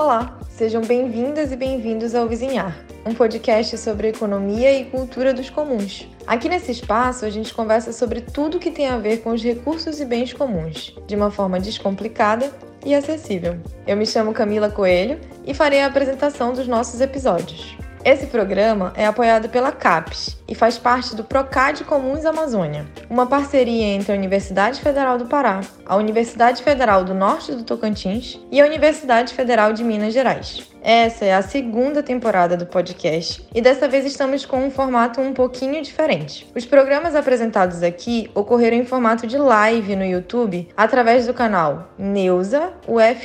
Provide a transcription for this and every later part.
Olá, sejam bem-vindas e bem-vindos ao Vizinhar, um podcast sobre economia e cultura dos comuns. Aqui nesse espaço a gente conversa sobre tudo que tem a ver com os recursos e bens comuns, de uma forma descomplicada e acessível. Eu me chamo Camila Coelho e farei a apresentação dos nossos episódios. Esse programa é apoiado pela CAPES e faz parte do Procad Comuns Amazônia, uma parceria entre a Universidade Federal do Pará, a Universidade Federal do Norte do Tocantins e a Universidade Federal de Minas Gerais. Essa é a segunda temporada do podcast e dessa vez estamos com um formato um pouquinho diferente. Os programas apresentados aqui ocorreram em formato de live no YouTube através do canal Neusa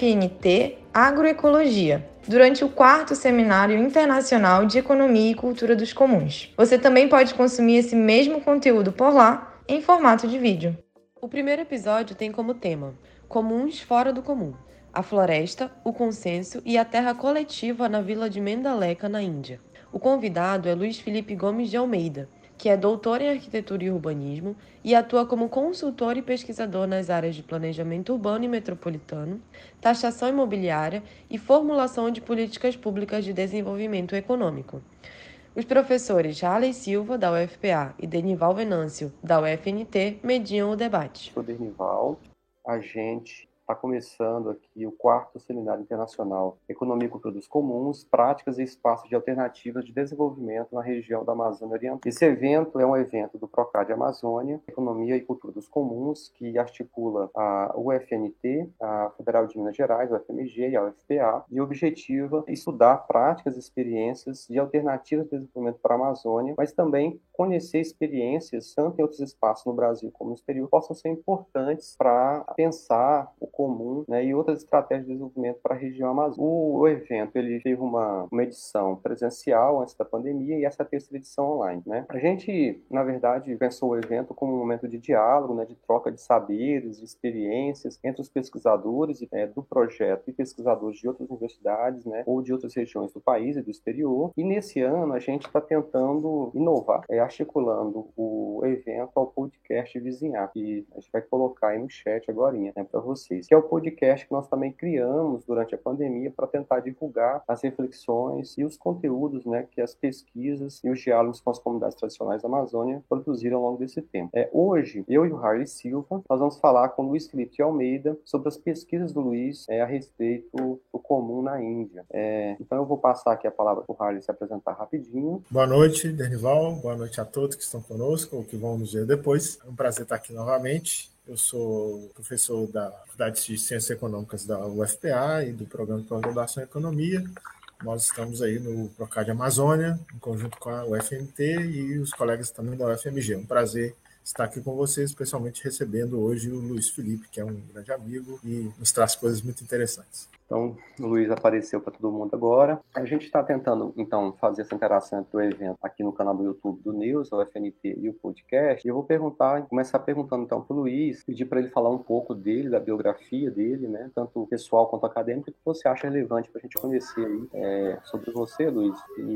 UFNT Agroecologia, durante o 4º Seminário Internacional de Economia e Cultura dos Comuns. Você também pode consumir esse mesmo conteúdo por lá, em formato de vídeo. O primeiro episódio tem como tema Comuns fora do comum: a floresta, o consenso e a terra coletiva na vila de Mendaleca, na Índia. O convidado é Luiz Felipe Gomes de Almeida, que é doutor em Arquitetura e Urbanismo e atua como consultor e pesquisador nas áreas de planejamento urbano e metropolitano, taxação imobiliária e formulação de políticas públicas de desenvolvimento econômico. Os professores Harley Silva, da UFPA, e Denival Venâncio, da UFNT, mediam o debate. Sou Denival, a gente está começando aqui o 4º Seminário Internacional Economia e Cultura dos Comuns, Práticas e Espaços de Alternativas de Desenvolvimento na região da Amazônia Oriental. Esse evento é um evento do Procad Amazônia, Economia e Cultura dos Comuns, que articula a UFNT, a Federal de Minas Gerais, a UFMG e a UFPA, e objetiva estudar práticas e experiências de alternativas de desenvolvimento para a Amazônia, mas também conhecer experiências, tanto em outros espaços no Brasil como no exterior, que possam ser importantes para pensar o comum, né, e outras estratégias de desenvolvimento para a região amazônica. O evento ele teve uma edição presencial antes da pandemia e essa é a 3ª edição online, né? A gente, na verdade, pensou o evento como um momento de diálogo, né, de troca de saberes, de experiências entre os pesquisadores do projeto e pesquisadores de outras universidades, né, ou de outras regiões do país e do exterior. E nesse ano a gente está tentando inovar, articulando o evento ao podcast Vizinhar, que a gente vai colocar aí no chat agora, né, para vocês, que é o podcast que nós também criamos durante a pandemia para tentar divulgar as reflexões e os conteúdos, né, que as pesquisas e os diálogos com as comunidades tradicionais da Amazônia produziram ao longo desse tempo. Hoje, eu e o Harley Silva, nós vamos falar com o Luiz Felipe de Almeida sobre as pesquisas do Luiz a respeito do comum na Índia. Então eu vou passar aqui a palavra para o Harley se apresentar rapidinho. Boa noite, Denival. Boa noite a todos que estão conosco ou que vão nos ver depois. É um prazer estar aqui novamente. Eu sou professor da Faculdade de Ciências Econômicas da UFPA e do Programa de Pós-Graduação em Economia. Nós estamos aí no Procad Amazônia, em conjunto com a UFNT e os colegas também da UFMG. É um prazer estar aqui com vocês, especialmente recebendo hoje o Luiz Felipe, que é um grande amigo e nos traz coisas muito interessantes. Então, o Luiz apareceu para todo mundo agora. A gente está tentando, então, fazer essa interação entre o evento aqui no canal do YouTube do News, o FNT e o podcast. E eu vou começar perguntando, então, para o Luiz, pedir para ele falar um pouco dele, da biografia dele, né, tanto pessoal quanto acadêmica, o que você acha relevante para a gente conhecer aí sobre você, Luiz,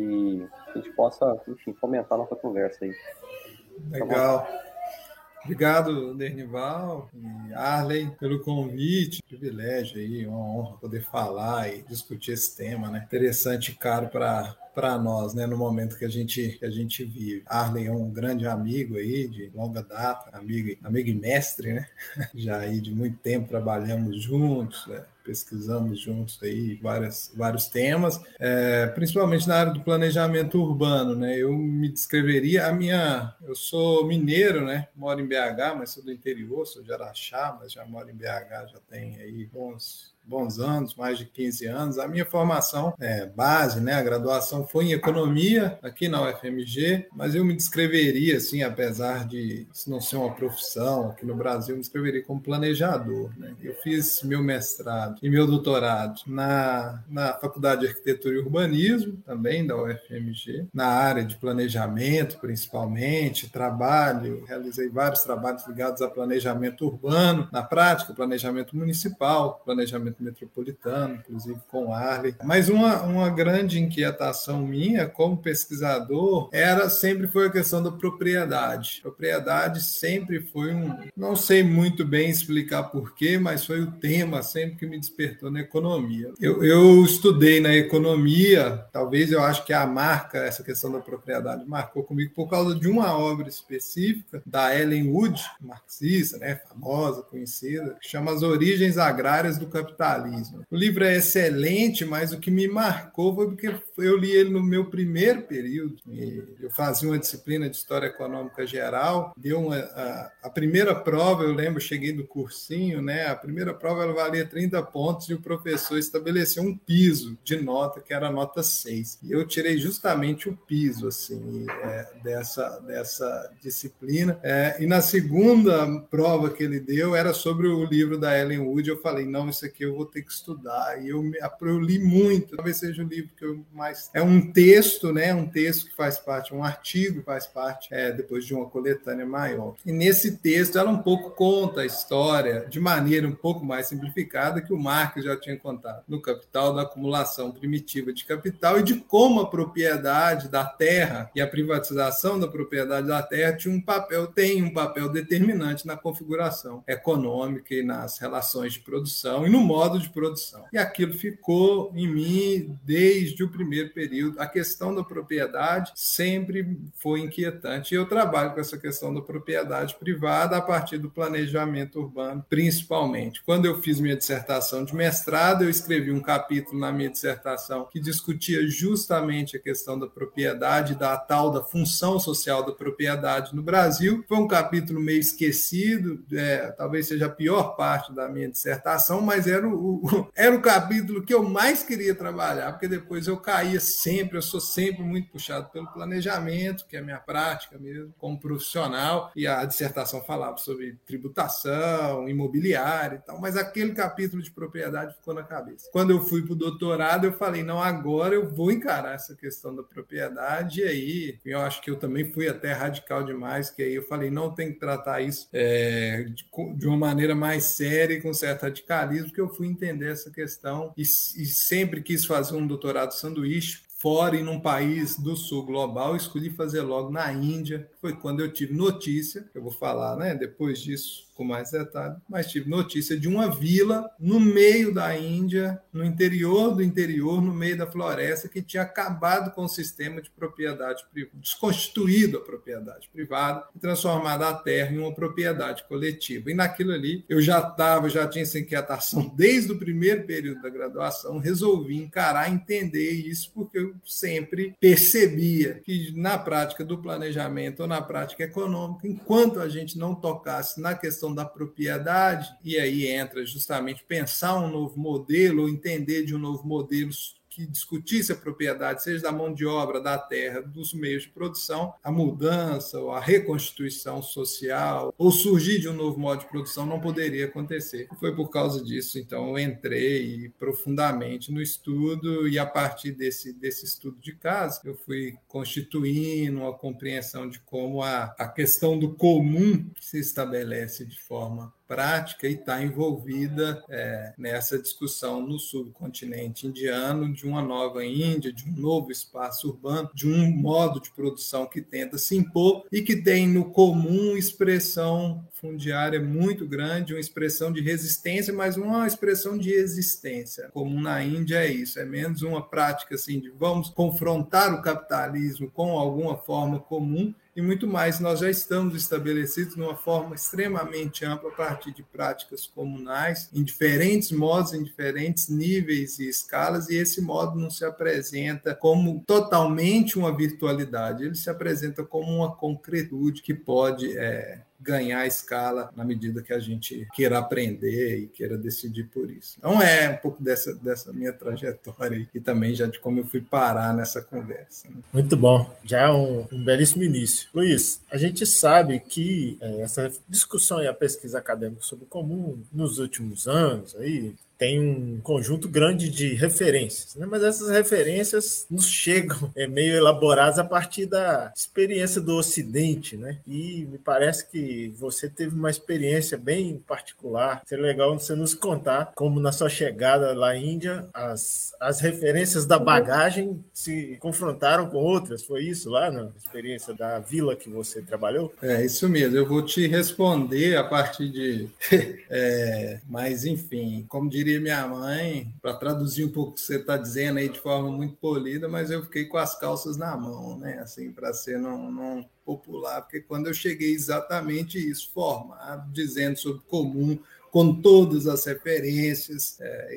e a gente possa, enfim, fomentar a nossa conversa aí. Legal. Obrigado, Denival e Harley, pelo convite. Privilégio aí, uma honra poder falar e discutir esse tema, né? Interessante e caro para nós, né, no momento que a gente vive. Harley é um grande amigo aí, de longa data, amigo e mestre, né? Já aí de muito tempo trabalhamos juntos, né? Pesquisamos juntos aí vários temas, principalmente na área do planejamento urbano, né? Eu me descreveria, eu sou mineiro, né? Moro em BH, mas sou do interior, sou de Araxá, mas já moro em BH, já tem aí bons anos, mais de 15 anos. A minha formação base, né, a graduação foi em economia aqui na UFMG, mas eu me descreveria, assim, apesar de isso não ser uma profissão aqui no Brasil, eu me descreveria como planejador, né? Eu fiz meu mestrado e meu doutorado na Faculdade de Arquitetura e Urbanismo, também da UFMG, na área de planejamento, principalmente, realizei vários trabalhos ligados a planejamento urbano, na prática, planejamento municipal, planejamento planejamento metropolitano, inclusive com o Arley. Mas uma grande inquietação minha, como pesquisador, sempre foi a questão da propriedade. Propriedade sempre foi não sei muito bem explicar porquê, mas foi o tema sempre que me despertou na economia. Eu estudei na economia, talvez eu acho que essa questão da propriedade marcou comigo por causa de uma obra específica da Ellen Wood, marxista, né, famosa, conhecida, que chama As Origens Agrárias do Capitalismo. O livro é excelente, mas o que me marcou foi porque eu li ele no meu primeiro período. Eu fazia uma disciplina de História Econômica Geral, a primeira prova, eu lembro, cheguei do cursinho, né, a primeira prova ela valia 30 pontos e o professor estabeleceu um piso de nota, que era a nota 6. E eu tirei justamente o piso assim, dessa disciplina. E na segunda prova que ele deu era sobre o livro da Ellen Wood. Eu falei, não, isso aqui eu vou ter que estudar. E eu li muito. Talvez seja o livro que eu mais... É um texto, né? Um texto que faz parte, um artigo que faz parte depois de uma coletânea maior. E nesse texto ela um pouco conta a história de maneira um pouco mais simplificada que o Marx já tinha contado no Capital, da acumulação primitiva de capital e de como a propriedade da terra e a privatização da propriedade da terra tem um papel determinante na configuração econômica e nas relações de produção e no modo de produção. E aquilo ficou em mim desde o primeiro período. A questão da propriedade sempre foi inquietante. E eu trabalho com essa questão da propriedade privada a partir do planejamento urbano, principalmente. Quando eu fiz minha dissertação de mestrado, eu escrevi um capítulo na minha dissertação que discutia justamente a questão da propriedade, da tal da função social da propriedade no Brasil. Foi um capítulo meio esquecido, talvez seja a pior parte da minha dissertação, mas era o capítulo que eu mais queria trabalhar, porque depois eu sou sempre muito puxado pelo planejamento, que é a minha prática mesmo, como profissional, e a dissertação falava sobre tributação, imobiliária e tal, mas aquele capítulo de propriedade ficou na cabeça. Quando eu fui para o doutorado, eu falei, não, agora eu vou encarar essa questão da propriedade, e aí eu acho que eu também fui até radical demais, que aí eu falei, não, tem que tratar isso de uma maneira mais séria e com certo radicalismo, que eu fui entender essa questão e sempre quis fazer um doutorado sanduíche fora e num país do sul global. Escolhi fazer logo na Índia. Foi quando eu tive notícia, eu vou falar, né, depois disso com mais detalhe, mas tive notícia de uma vila no meio da Índia, no interior do interior, no meio da floresta, que tinha acabado com o sistema de propriedade privada, desconstituído a propriedade privada e transformado a terra em uma propriedade coletiva. E naquilo ali eu já tinha essa inquietação desde o primeiro período da graduação, resolvi encarar, entender isso, porque eu sempre percebia que na prática do planejamento ou na prática econômica, enquanto a gente não tocasse na questão da propriedade, e aí entra justamente pensar um novo modelo, ou entender de um novo modelo que discutisse a propriedade, seja da mão de obra, da terra, dos meios de produção, a mudança ou a reconstituição social, ou surgir de um novo modo de produção não poderia acontecer. Foi por causa disso, então, eu entrei profundamente no estudo e a partir desse estudo de caso, eu fui constituindo uma compreensão de como a questão do comum se estabelece de forma prática e está envolvida nessa discussão no subcontinente indiano de uma nova Índia, de um novo espaço urbano, de um modo de produção que tenta se impor e que tem no comum expressão fundiária muito grande, uma expressão de resistência, mas uma expressão de existência. Comum na Índia é isso, é menos uma prática assim de vamos confrontar o capitalismo com alguma forma comum, e muito mais, nós já estamos estabelecidos de uma forma extremamente ampla a partir de práticas comunais, em diferentes modos, em diferentes níveis e escalas, e esse modo não se apresenta como totalmente uma virtualidade, ele se apresenta como uma concretude que pode ganhar escala na medida que a gente queira aprender e queira decidir por isso. Então é um pouco dessa minha trajetória e também já de como eu fui parar nessa conversa. Né? Muito bom, já é um belíssimo início. Luiz, a gente sabe que essa discussão e a pesquisa acadêmica sobre o comum nos últimos anos, aí, tem um conjunto grande de referências, né? Mas essas referências nos chegam meio elaboradas a partir da experiência do Ocidente, né? E me parece que você teve uma experiência bem particular. Seria legal você nos contar como na sua chegada lá à Índia as referências da bagagem se confrontaram com outras. Foi isso lá na experiência da vila que você trabalhou? É isso mesmo. Eu vou te responder a partir de... mas, enfim, como diria minha mãe, para traduzir um pouco o que você está dizendo aí de forma muito polida, mas eu fiquei com as calças na mão, né? Assim, para ser não popular, porque quando eu cheguei exatamente isso, formado, dizendo sobre comum, com todas as referências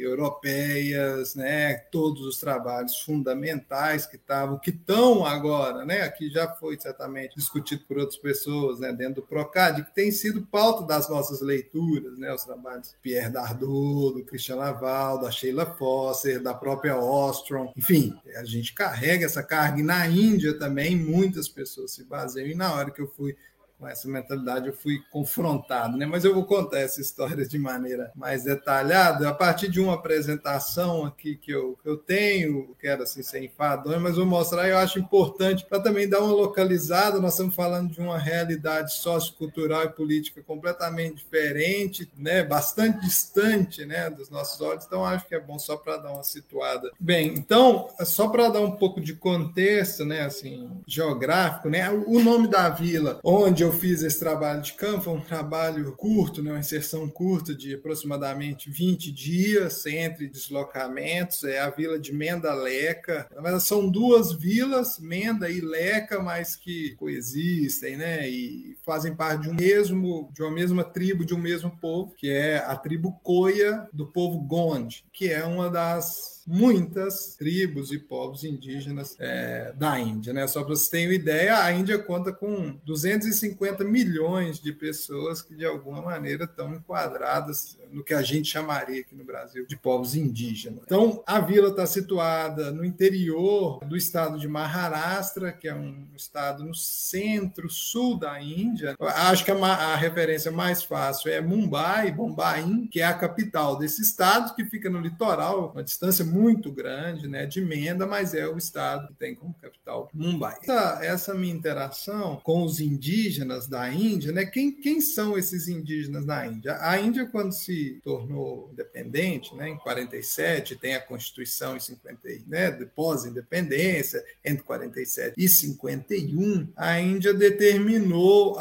europeias, né, todos os trabalhos fundamentais que estão agora, né, aqui já foi certamente discutido por outras pessoas, né, dentro do Procad, que tem sido pauta das nossas leituras, né, os trabalhos do Pierre Dardot, do Christian Laval, da Sheila Fosser, da própria Ostrom, enfim, a gente carrega essa carga, e na Índia também muitas pessoas se baseiam, e na hora que eu fui com essa mentalidade eu fui confrontado, né? Mas eu vou contar essa história de maneira mais detalhada, a partir de uma apresentação aqui que eu tenho, quero assim ser enfadonho, mas vou mostrar, eu acho importante para também dar uma localizada. Nós estamos falando de uma realidade sociocultural e política completamente diferente, né? Bastante distante, né, dos nossos olhos, então acho que é bom só para dar uma situada. Bem, então, só para dar um pouco de contexto, né, assim, geográfico, né, o nome da vila onde eu fiz esse trabalho de campo, um trabalho curto, né, uma inserção curta de aproximadamente 20 dias entre deslocamentos, é a vila de Menda Leca. Mas são duas vilas, Menda e Leca, mas que coexistem, né, e fazem parte de uma mesma tribo, de um mesmo povo, que é a tribo Koya do povo Gond, que é uma das muitas tribos e povos indígenas da Índia, né? Só para vocês terem uma ideia, a Índia conta com 250 milhões de pessoas que, de alguma maneira, estão enquadradas no que a gente chamaria aqui no Brasil de povos indígenas. Então, a vila está situada no interior do estado de Maharashtra, que é um estado no centro-sul da Índia. Acho que a referência mais fácil é Bombaim, que é a capital desse estado, que fica no litoral, uma distância muito grande, né, de Menda, mas é o estado que tem como capital Mumbai. Essa minha interação com os indígenas da Índia, né, quem são esses indígenas da Índia? A Índia, quando se tornou independente, né, em 47, tem a Constituição em 50, né, pós-independência, entre 47 e 51, a Índia determinou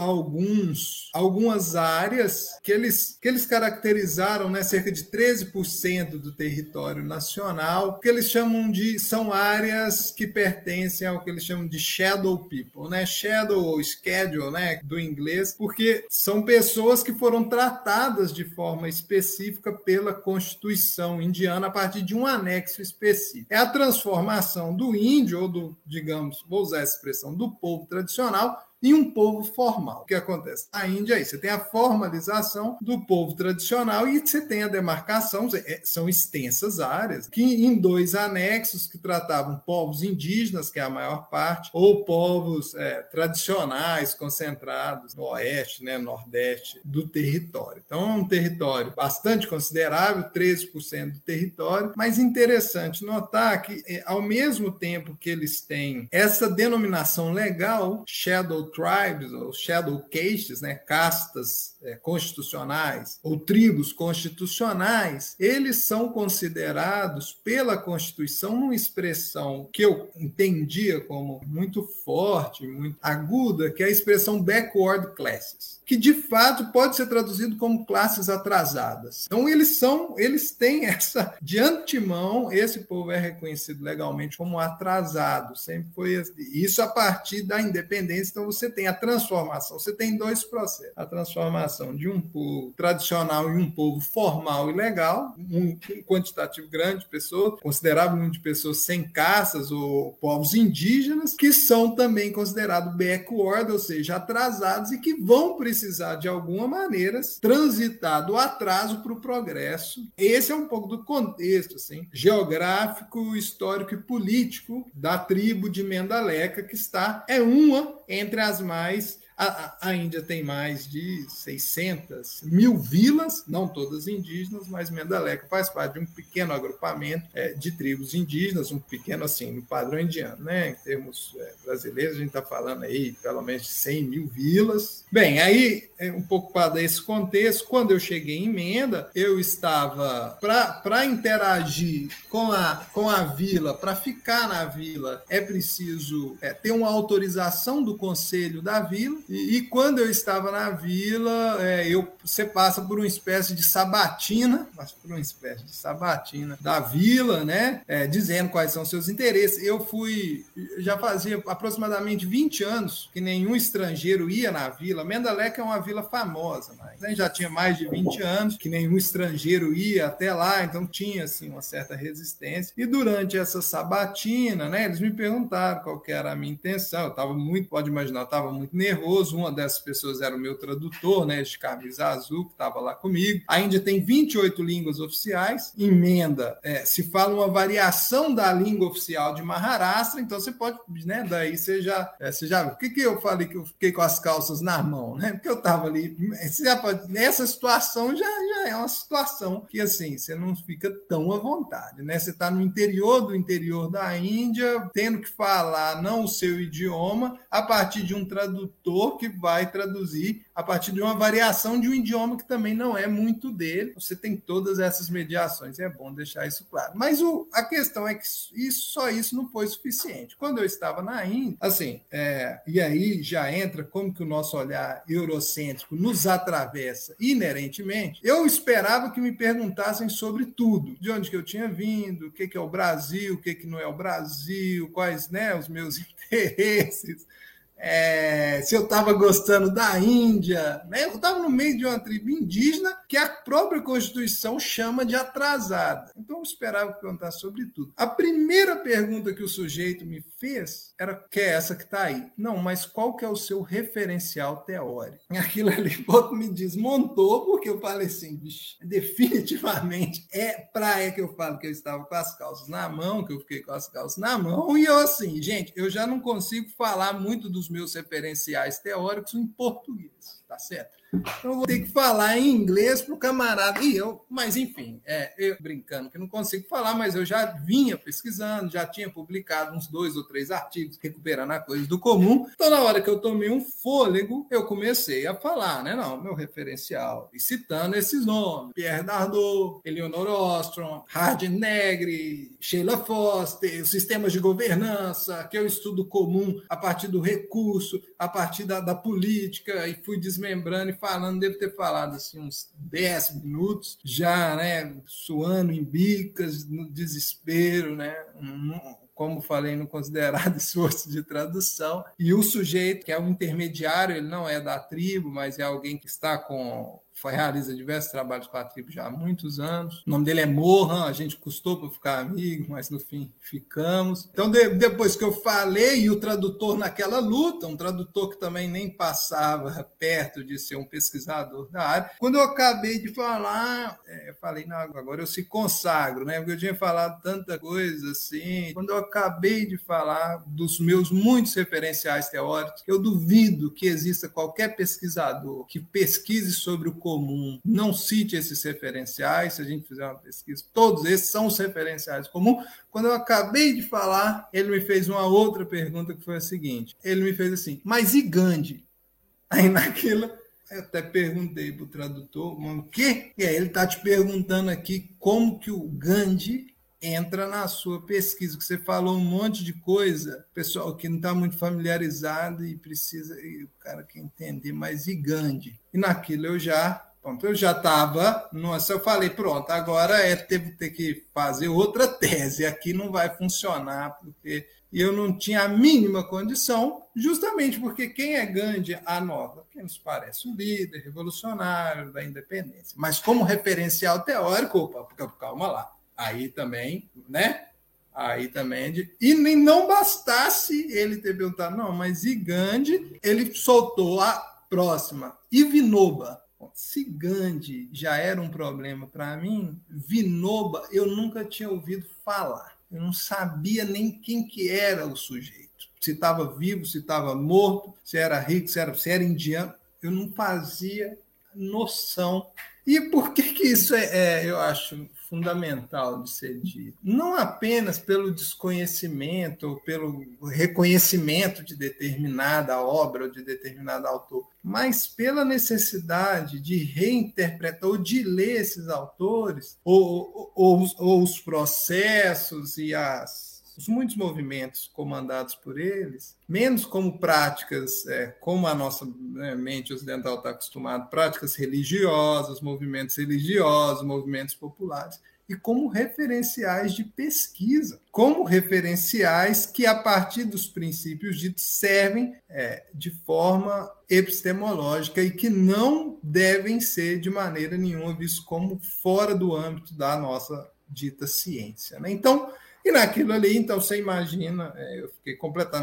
algumas áreas que eles caracterizaram, né, cerca de 13% do território nacional, que eles chamam são áreas que pertencem ao que eles chamam de shadow people, né? Shadow ou schedule, né, do inglês, porque são pessoas que foram tratadas de forma específica pela Constituição indiana a partir de um anexo específico. É a transformação do índio, ou digamos, vou usar essa expressão, do povo tradicional, e um povo formal. O que acontece? Na Índia, aí, você tem a formalização do povo tradicional e você tem a demarcação, são extensas áreas, que em 2 anexos que tratavam povos indígenas, que é a maior parte, ou povos tradicionais concentrados no oeste, né, nordeste do território. Então, é um território bastante considerável, 13% do território, mas interessante notar que, ao mesmo tempo que eles têm essa denominação legal, Shadow Tribes, ou Shadow Castes, né, castas constitucionais, ou tribos constitucionais, eles são considerados pela Constituição numa expressão que eu entendia como muito forte, muito aguda, que é a expressão backward classes, que de fato pode ser traduzido como classes atrasadas. Então eles têm essa, de antemão, esse povo é reconhecido legalmente como atrasado, sempre foi isso a partir da independência. Então você tem a transformação, você tem 2 processos, a transformação de um povo tradicional em um povo formal e legal, um quantitativo grande de pessoas, considerável número de pessoas sem caças ou povos indígenas, que são também considerados backward, ou seja, atrasados, e que vão precisar, de alguma maneira, transitar do atraso para o progresso. Esse é um pouco do contexto assim, geográfico, histórico e político da tribo de Menda Leca, que é uma entre as mais A Índia tem mais de 600 mil vilas, não todas indígenas, mas Mendeleca faz parte de um pequeno agrupamento de tribos indígenas, um pequeno assim, no padrão indiano, né? Em termos brasileiros, a gente está falando aí pelo menos de 100 mil vilas. Bem, aí, um pouco para dar esse contexto, quando eu cheguei em Menda, eu estava, para interagir com a vila, para ficar na vila, é preciso ter uma autorização do conselho da vila, e quando eu estava na vila, você passa por uma espécie de sabatina da vila, né? Dizendo quais são seus interesses. Já fazia aproximadamente 20 anos que nenhum estrangeiro ia na vila. Mendeleca é uma vila famosa, mas já tinha mais de 20 anos que nenhum estrangeiro ia até lá, então tinha assim, uma certa resistência. E durante essa sabatina, né, eles me perguntaram qual que era a minha intenção. Eu estava muito, pode imaginar, eu estava muito nervoso. Uma dessas pessoas era o meu tradutor, né, de camisa azul, que estava lá comigo. A Índia tem 28 línguas oficiais. Em Menda se fala uma variação da língua oficial de Maharashtra, então você pode, né, daí você já viu. Por que eu falei que eu fiquei com as calças na mão, né? Porque eu estava ali, essa situação já é uma situação que, assim, você não fica tão à vontade, né? Você está no interior do interior da Índia, tendo que falar não o seu idioma, a partir de um tradutor que vai traduzir a partir de uma variação de um idioma que também não é muito dele. Você tem todas essas mediações, é bom deixar isso claro. Mas a questão é que só isso não foi suficiente. Quando eu estava na Índia, assim, e aí já entra como que o nosso olhar eurocêntrico nos atravessa inerentemente, eu esperava que me perguntassem sobre tudo. De onde que eu tinha vindo, o que é o Brasil, o que não é o Brasil, quais, né, os meus interesses, se eu estava gostando da Índia, né? Eu estava no meio de uma tribo indígena que a própria Constituição chama de atrasada. Então eu esperava perguntar sobre tudo. A primeira pergunta que o sujeito me fez era, que é essa que está aí. Não, mas qual que é o seu referencial teórico? Aquilo ali me desmontou, porque eu falei assim, bicho, definitivamente praia que eu falo que eu estava com as calças na mão, que eu fiquei com as calças na mão, e eu assim, gente, eu já não consigo falar muito dos meus referenciais teóricos em português, tá certo? Então eu vou ter que falar em inglês para o camarada. Mas enfim, eu brincando que não consigo falar, mas eu já vinha pesquisando, já tinha publicado uns 2 ou 3 artigos recuperando a coisa do comum. Então, na hora que eu tomei um fôlego, eu comecei a falar, né? Não, meu referencial, e citando esses nomes: Pierre Dardot, Eleonore Ostrom, Hardin Negri, Sheila Foster, os sistemas de governança, que eu estudo comum a partir do recurso, a partir da política, e fui desmembrando e falando, devo ter falado assim uns 10 minutos, já, né, suando em bicas, no desespero, né, como falei, no considerado esforço de tradução, e o sujeito, que é um intermediário, ele não é da tribo, mas é alguém que está realiza diversos trabalhos com a tribo já há muitos anos. O nome dele é Mohan, a gente custou para ficar amigo, mas no fim ficamos. Então, depois que eu falei, e o tradutor naquela luta, um tradutor que também nem passava perto de ser um pesquisador da área, quando eu acabei de falar, eu falei, não, agora eu se consagro, né? Porque eu tinha falado tanta coisa assim. Quando eu acabei de falar dos meus muitos referenciais teóricos, eu duvido que exista qualquer pesquisador que pesquise sobre o comum, não cite esses referenciais. Se a gente fizer uma pesquisa, todos esses são os referenciais comuns. Quando eu acabei de falar, ele me fez uma outra pergunta, que foi a seguinte: ele me fez assim, mas e Gandhi? Aí naquilo, eu até perguntei para o tradutor, mas o quê? E aí ele está te perguntando aqui como que o Gandhi entra na sua pesquisa, que você falou um monte de coisa, pessoal que não está muito familiarizado e precisa, e o cara quer entender, mas e Gandhi? E naquilo eu já estava, nossa, eu falei, pronto, agora teve que fazer outra tese, aqui não vai funcionar, porque eu não tinha a mínima condição, justamente porque quem é Gandhi anota? Quem nos parece um líder revolucionário da independência, mas como referencial teórico, opa, calma lá. Aí também, né? E nem não bastasse ele ter perguntado, não, mas e Gandhi? Ele soltou a próxima, e Vinoba. Se Gandhi já era um problema para mim, Vinoba eu nunca tinha ouvido falar. Eu não sabia nem quem que era o sujeito. Se estava vivo, se estava morto, se era rico, se era indiano. Eu não fazia noção. E por que isso eu acho fundamental de ser dito? Não apenas pelo desconhecimento ou pelo reconhecimento de determinada obra ou de determinado autor, mas pela necessidade de reinterpretar ou de ler esses autores, ou os processos e os muitos movimentos comandados por eles, menos como práticas, como a nossa mente ocidental está acostumada, práticas religiosas, movimentos populares, e como referenciais de pesquisa, como referenciais que, a partir dos princípios ditos, servem de forma epistemológica e que não devem ser, de maneira nenhuma, vistos como fora do âmbito da nossa dita ciência, né? Então, e naquilo ali, então, você imagina, eu fiquei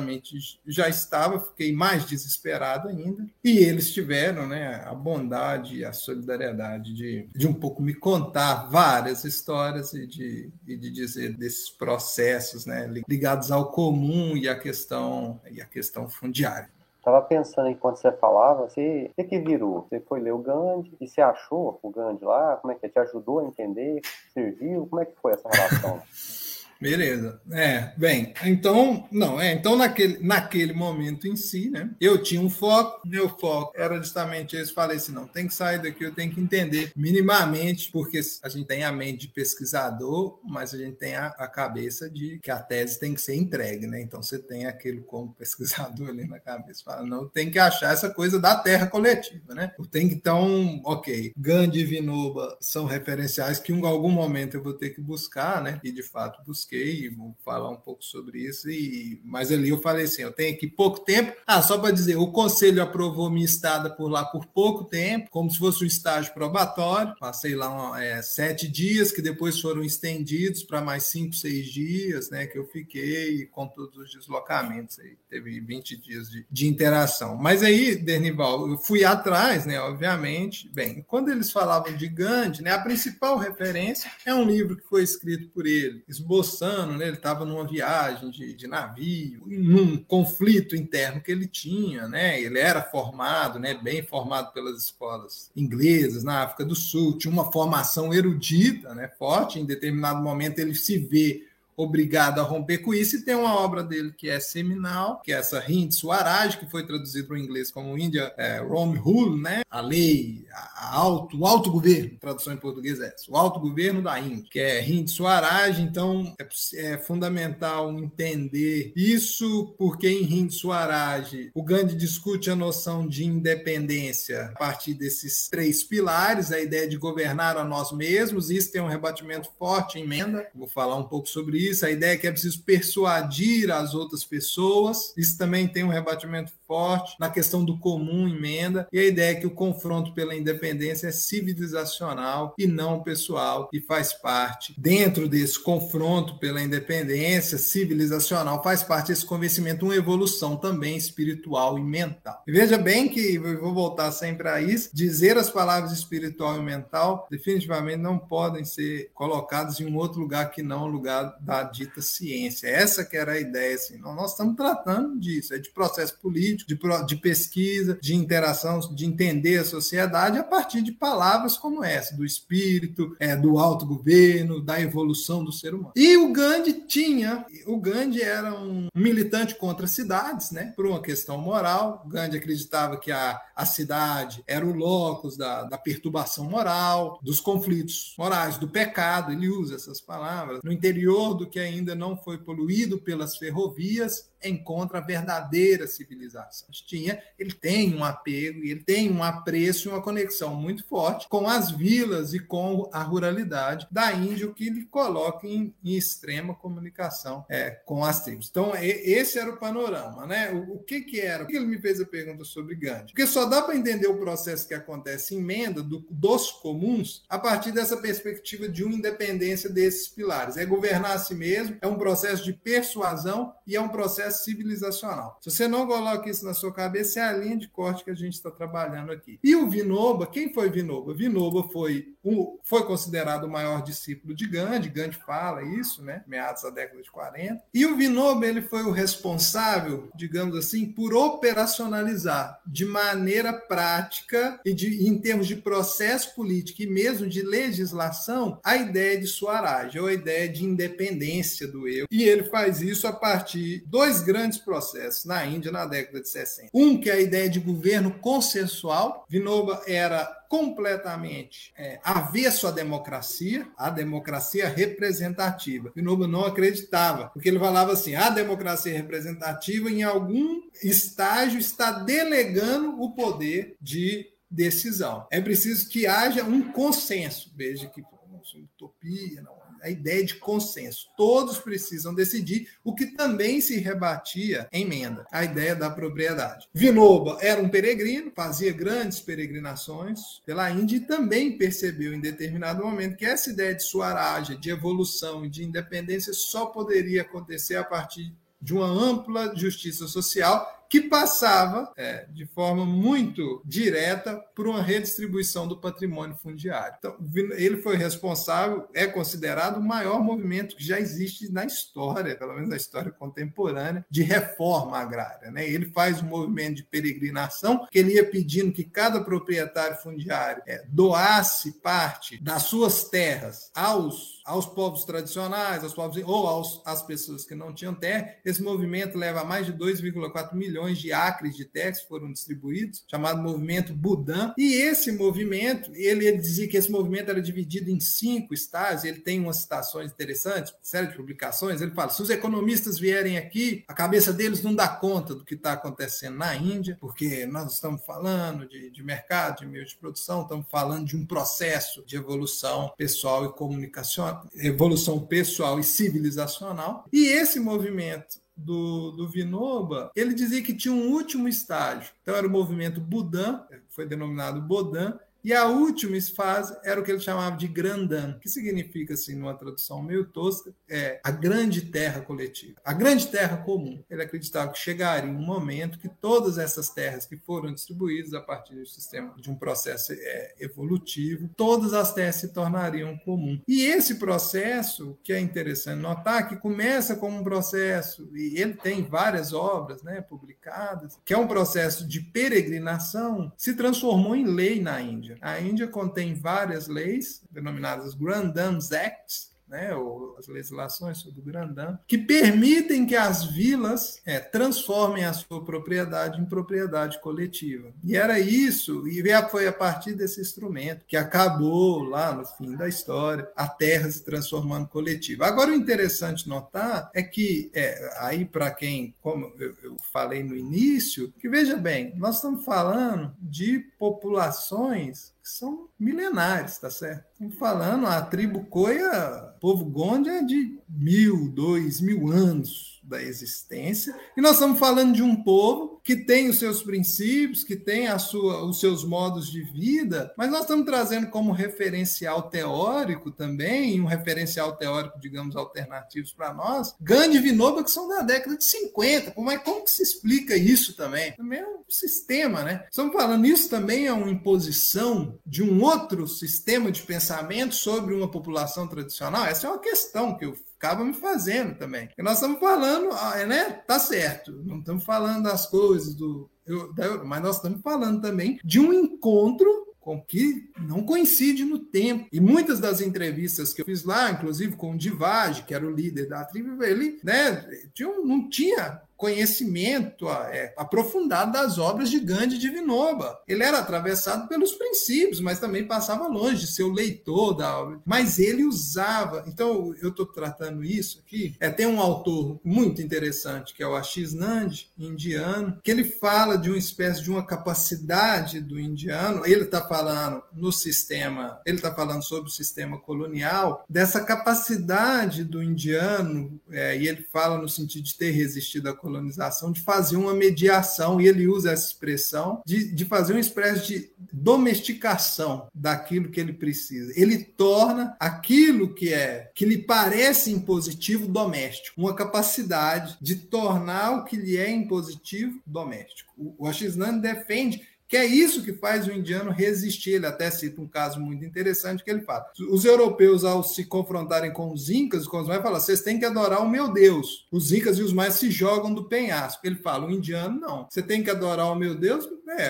fiquei mais desesperado ainda, e eles tiveram, né, a bondade e a solidariedade de um pouco me contar várias histórias e de dizer desses processos, né, ligados ao comum e à questão fundiária. Estava pensando enquanto você falava, o que virou? Você foi ler o Gandhi e você achou o Gandhi lá? Como é que te ajudou a entender? Serviu? Como é que foi essa relação? Beleza. Bem, então, então naquele momento em si, né, eu tinha um foco, meu foco era justamente esse, falei assim, não, tem que sair daqui, eu tenho que entender minimamente, porque a gente tem a mente de pesquisador, mas a gente tem a cabeça de que a tese tem que ser entregue, né, então você tem aquele como pesquisador ali na cabeça, fala, não, tem que achar essa coisa da terra coletiva, né, então, ok, Gandhi e Vinoba são referenciais que em algum momento eu vou ter que buscar, né, e de fato busquei, e vou falar um pouco sobre isso, mas ali eu falei assim, eu tenho aqui pouco tempo, só para dizer, o conselho aprovou minha estada por lá por pouco tempo, como se fosse um estágio probatório, passei lá 7 dias, que depois foram estendidos para mais 5, 6 dias, né, que eu fiquei com todos os deslocamentos, aí teve 20 dias de interação, mas aí, Dernival, eu fui atrás, né, obviamente, bem, quando eles falavam de Gandhi, né, a principal referência é um livro que foi escrito por ele, esboçando, né, ele estava numa viagem de navio, num conflito interno que ele tinha, né, ele era formado, né, bem formado pelas escolas inglesas na África do Sul, tinha uma formação erudita, né, forte, em determinado momento ele se vê obrigado a romper com isso, e tem uma obra dele que é seminal, que é essa Hind Swaraj, que foi traduzido para o inglês como India Home Rule, né? A lei, o autogoverno, tradução em português é essa, o autogoverno da Índia, que é Hind Swaraj. Então é fundamental entender isso, porque em Hind Swaraj o Gandhi discute a noção de independência a partir desses 3 pilares, a ideia de governar a nós mesmos. Isso tem um rebatimento forte em Menda, vou falar um pouco sobre isso. A ideia é que é preciso persuadir as outras pessoas, isso também tem um rebatimento forte na questão do comum em Menda, e a ideia é que o confronto pela independência é civilizacional e não pessoal, e faz parte, dentro desse confronto pela independência civilizacional, faz parte desse convencimento uma evolução também espiritual e mental. E veja bem que, eu vou voltar sempre a isso, dizer as palavras espiritual e mental definitivamente não podem ser colocadas em um outro lugar que não o lugar da dita ciência. Essa que era a ideia, assim. Nós estamos tratando disso, de processo político, de pesquisa, de interação, de entender a sociedade a partir de palavras como essa, do espírito, do autogoverno, da evolução do ser humano. E o Gandhi era um militante contra cidades, né, por uma questão moral. O Gandhi acreditava que a cidade era o locus da perturbação moral, dos conflitos morais, do pecado, ele usa essas palavras. No interior do que ainda não foi poluído pelas ferrovias, encontra a verdadeira civilização. Ele tem um apego, ele tem um apreço e uma conexão muito forte com as vilas e com a ruralidade da Índia, o que ele coloca em extrema comunicação com as tribos. Então, esse era o panorama, né? O que era? Por que ele me fez a pergunta sobre Gandhi? Porque só dá para entender o processo que acontece em Menda, dos comuns, a partir dessa perspectiva de uma independência desses pilares. É governar a si mesmo, é um processo de persuasão e é um processo processo civilizacional. Se você não coloca isso na sua cabeça, é a linha de corte que a gente está trabalhando aqui. E o Vinoba, quem foi Vinoba? Vinoba foi considerado o maior discípulo de Gandhi. Gandhi fala isso, né? Meados da década de 40. E o Vinoba, ele foi o responsável, digamos assim, por operacionalizar de maneira prática e em termos de processo político e mesmo de legislação, a ideia de Swaraj, ou a ideia de independência do eu. E ele faz isso a partir de dois grandes processos na Índia na década de 60. Um que é a ideia de governo consensual. Vinoba era completamente avesso à democracia representativa. Vinoba não acreditava, porque ele falava assim, a democracia representativa em algum estágio está delegando o poder de decisão. É preciso que haja um consenso. Veja que utopia, não. A ideia de consenso. Todos precisam decidir, o que também se rebatia em emenda, a ideia da propriedade. Vinoba era um peregrino, fazia grandes peregrinações pela Índia e também percebeu em determinado momento que essa ideia de Swaraj, de evolução e de independência só poderia acontecer a partir de uma ampla justiça social que passava de forma muito direta por uma redistribuição do patrimônio fundiário. Então, ele foi responsável, é considerado o maior movimento que já existe na história, pelo menos na história contemporânea, de reforma agrária, né? Ele faz um movimento de peregrinação, que ele ia pedindo que cada proprietário fundiário doasse parte das suas terras aos povos tradicionais, às pessoas que não tinham terra. Esse movimento leva a mais de 2,4 milhões de acres de terra que foram distribuídos, chamado movimento Budan. E esse movimento, ele dizia que esse movimento era dividido em 5 estágios. Ele tem umas citações interessantes, série de publicações. Ele fala, se os economistas vierem aqui, a cabeça deles não dá conta do que está acontecendo na Índia, porque nós estamos falando de mercado, de meio de produção, estamos falando de um processo de evolução pessoal e comunicacional, evolução pessoal e civilizacional. E esse movimento do Vinoba, ele dizia que tinha um último estágio. Então era o movimento Budan, foi denominado Bodan, e a última fase era o que ele chamava de Grandan, que significa, assim, numa tradução meio tosca, a grande terra coletiva, a grande terra comum. Ele acreditava que chegaria um momento que todas essas terras que foram distribuídas a partir do sistema, de um processo evolutivo, todas as terras se tornariam comum. E esse processo, que é interessante notar, que começa como um processo, e ele tem várias obras, né, publicadas, que é um processo de peregrinação, se transformou em lei na Índia. A Índia contém várias leis, denominadas Grandams Acts, né, ou as legislações sobre o Grandam, que permitem que as vilas transformem a sua propriedade em propriedade coletiva. E era isso, e foi a partir desse instrumento que acabou, lá no fim da história, a terra se transformando coletiva. Agora, o interessante notar é que, aí para quem, como eu falei no início, que veja bem, nós estamos falando de populações que são milenares, tá certo? Estamos falando, a tribo Koia, povo Gondi, é de 1.000, 2.000 anos da existência, e nós estamos falando de um povo que tem os seus princípios, que tem os seus modos de vida, mas nós estamos trazendo como referencial teórico também, um referencial teórico, digamos, alternativos para nós, Gandhi e Vinoba, que são da década de 50. Mas como que se explica isso também? Também é um sistema, né? Estamos falando, isso também é uma imposição de um outro sistema de pensamento sobre uma população tradicional? Essa é uma questão que eu acaba me fazendo também. Porque nós estamos falando, né? Tá certo, não estamos falando das coisas mas nós estamos falando também de um encontro com que não coincide no tempo. E muitas das entrevistas que eu fiz lá, inclusive com o Divaj, que era o líder da tribo, ele, né, não tinha conhecimento aprofundado das obras de Gandhi e de Vinoba. Ele era atravessado pelos princípios, mas também passava longe de ser o leitor da obra. Mas ele usava... Então, eu estou tratando isso aqui. Tem um autor muito interessante, que é o Ashish Nandi, indiano, que ele fala de uma espécie de uma capacidade do indiano. Ele está falando no sistema... Ele está falando sobre o sistema colonial, dessa capacidade do indiano, e ele fala no sentido de ter resistido à colonização, colonização, de fazer uma mediação, e ele usa essa expressão, de fazer uma espécie de domesticação daquilo que ele precisa. Ele torna aquilo que lhe parece impositivo doméstico, uma capacidade de tornar o que lhe é impositivo doméstico. O Achis-Nandi defende que é isso que faz o indiano resistir. Ele até cita um caso muito interessante que ele fala. Os europeus, ao se confrontarem com os incas, com os maias, falam, vocês têm que adorar o meu Deus. Os incas e os maias se jogam do penhasco. Ele fala, o indiano não. Você tem que adorar o meu Deus?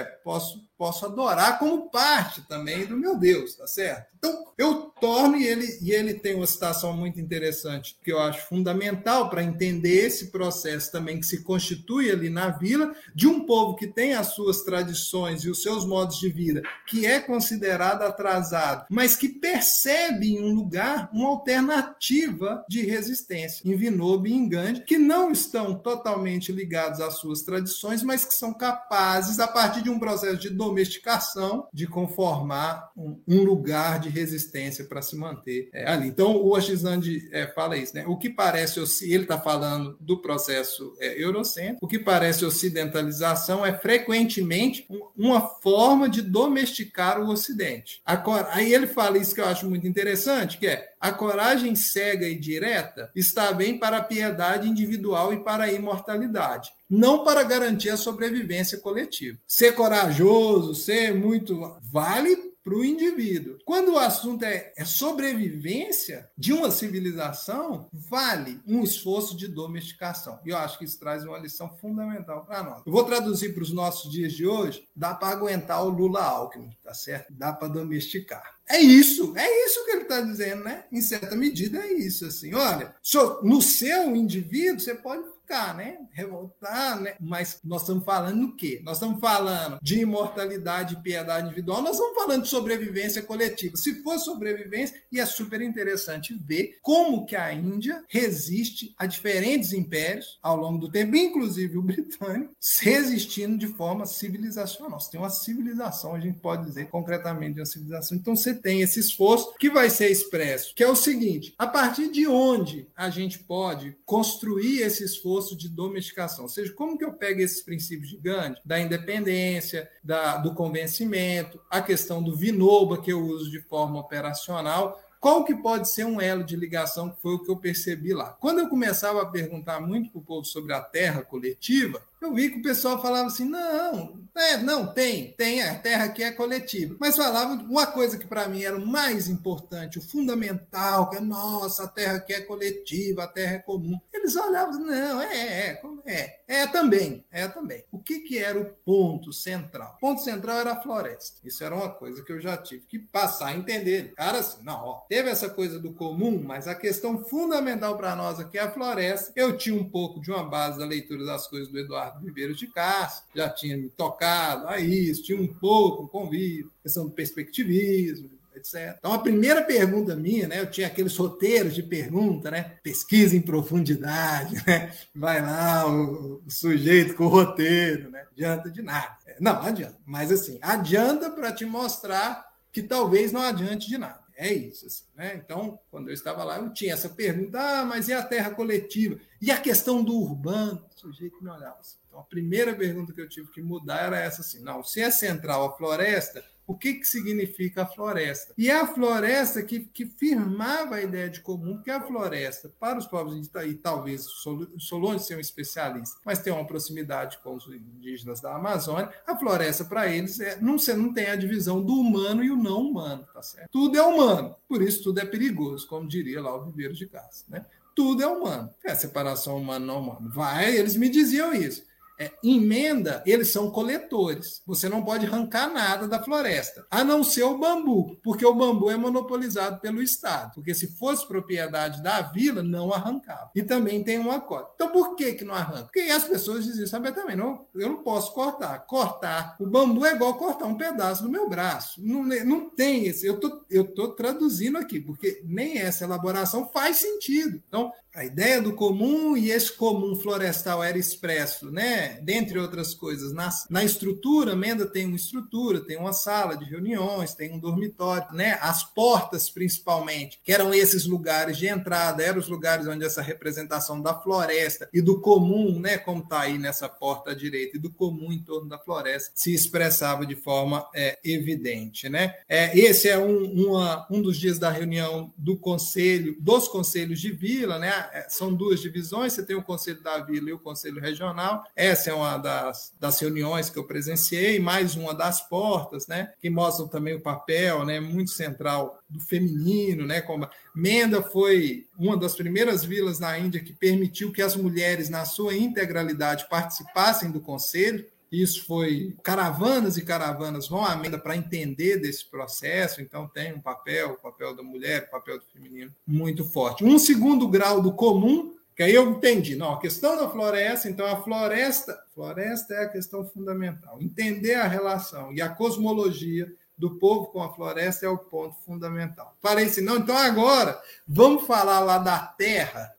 Posso adorar como parte também do meu Deus, tá certo? Então, eu torno, e ele tem uma citação muito interessante, que eu acho fundamental para entender esse processo também que se constitui ali na vila, de um povo que tem as suas tradições e os seus modos de vida, que é considerado atrasado, mas que percebe em um lugar uma alternativa de resistência, em Vinoba e em Gandhi, que não estão totalmente ligados às suas tradições, mas que são capazes, a partir de um processo de domesticação, de conformar um lugar de resistência para se manter ali. Então, o Achis-Nandi fala isso, né? O que parece, ele está falando do processo eurocêntrico, o que parece ocidentalização é frequentemente uma forma de domesticar o Ocidente. Aí ele fala isso que eu acho muito interessante, que é a coragem cega e direta está bem para a piedade individual e para a imortalidade, não para garantir a sobrevivência coletiva. Ser corajoso, ser muito... vale para o indivíduo. Quando o assunto é sobrevivência de uma civilização, vale um esforço de domesticação. E eu acho que isso traz uma lição fundamental para nós. Eu vou traduzir para os nossos dias de hoje, dá para aguentar o Lula-Alckmin, tá certo? Dá para domesticar. É isso que ele está dizendo, né? Em certa medida é isso, assim. Olha, no seu indivíduo, você pode ficar, né? Revoltar, né? Mas nós estamos falando do quê? Nós estamos falando de imortalidade e piedade individual, nós estamos falando de sobrevivência coletiva. Se for sobrevivência, e é super interessante ver como que a Índia resiste a diferentes impérios ao longo do tempo, inclusive o britânico, resistindo de forma civilizacional. Você tem uma civilização, a gente pode dizer concretamente uma civilização. Então você tem esse esforço que vai ser expresso, que é o seguinte, a partir de onde a gente pode construir esse esforço de domesticação, ou seja, como que eu pego esses princípios de Gandhi, da independência, do convencimento, a questão do Vinoba, que eu uso de forma operacional, qual que pode ser um elo de ligação, que foi o que eu percebi lá. Quando eu começava a perguntar muito para o povo sobre a terra coletiva, eu vi que o pessoal falava assim, não, tem, a terra aqui é coletiva. Mas falava uma coisa que para mim era o mais importante, o fundamental, que é, nossa, a terra aqui é coletiva, a terra é comum. Eles olhavam, não, também. O que era o ponto central? O ponto central era a floresta. Isso era uma coisa que eu já tive que passar a entender. Cara, assim, teve essa coisa do comum, mas a questão fundamental para nós aqui é a floresta. Eu tinha um pouco de uma base da leitura das coisas do Eduardo Viveiros de Castro, já tinha me tocado a isso, tinha um pouco um convívio, questão do perspectivismo, etc. Então, a primeira pergunta minha, né, eu tinha aqueles roteiros de pergunta, né, pesquisa em profundidade, né, vai lá o sujeito com o roteiro, né, adianta de nada. Não adianta, mas assim, adianta para te mostrar que talvez não adiante de nada. É isso, assim, né? Então, quando eu estava lá, eu tinha essa pergunta, mas e a terra coletiva? E a questão do urbano? O sujeito me olhava assim. Então, a primeira pergunta que eu tive que mudar era essa, assim, não, se é central a floresta, o que significa a floresta? E é a floresta que firmava a ideia de comum, porque a floresta, para os povos indígenas, e talvez sou longe de ser um especialista, mas tem uma proximidade com os indígenas da Amazônia, a floresta para eles, você não tem a divisão do humano e o não humano, tá certo? Tudo é humano, por isso tudo é perigoso, como diria lá o Viveiros de Castro, né? Tudo é humano. É a separação humano-não humano. Eles me diziam isso. Emenda, eles são coletores. Você não pode arrancar nada da floresta, a não ser o bambu, porque o bambu é monopolizado pelo Estado. Porque se fosse propriedade da vila, não arrancava. E também tem uma cota. Então, por que não arranca? Porque as pessoas diziam, sabe também, eu não posso cortar. Cortar o bambu é igual cortar um pedaço do meu braço. Não tem esse. Eu tô traduzindo aqui, porque nem essa elaboração faz sentido. Então, a ideia do comum, e esse comum florestal era expresso, né, né? Dentre outras coisas, na estrutura, Menda tem uma estrutura, tem uma sala de reuniões, tem um dormitório, né? As portas, principalmente, que eram esses lugares de entrada, eram os lugares onde essa representação da floresta e do comum, né? Como está aí nessa porta à direita, e do comum em torno da floresta, se expressava de forma evidente, né? Esse é um dos dias da reunião dos conselhos de vila, né? São duas divisões, você tem o Conselho da Vila e o Conselho Regional. Essa é uma das reuniões que eu presenciei, mais uma das portas, né? Que mostram também o papel, né? Muito central do feminino, né? Como Menda foi uma das primeiras vilas na Índia que permitiu que as mulheres, na sua integralidade, participassem do conselho. Isso foi... Caravanas e caravanas vão à Menda para entender desse processo, então tem o papel da mulher, o papel do feminino muito forte. Um segundo grau do comum, que aí eu entendi. Não, a questão da floresta, então a floresta é a questão fundamental. Entender a relação e a cosmologia do povo com a floresta é o ponto fundamental. Falei assim, não, então agora vamos falar lá da terra,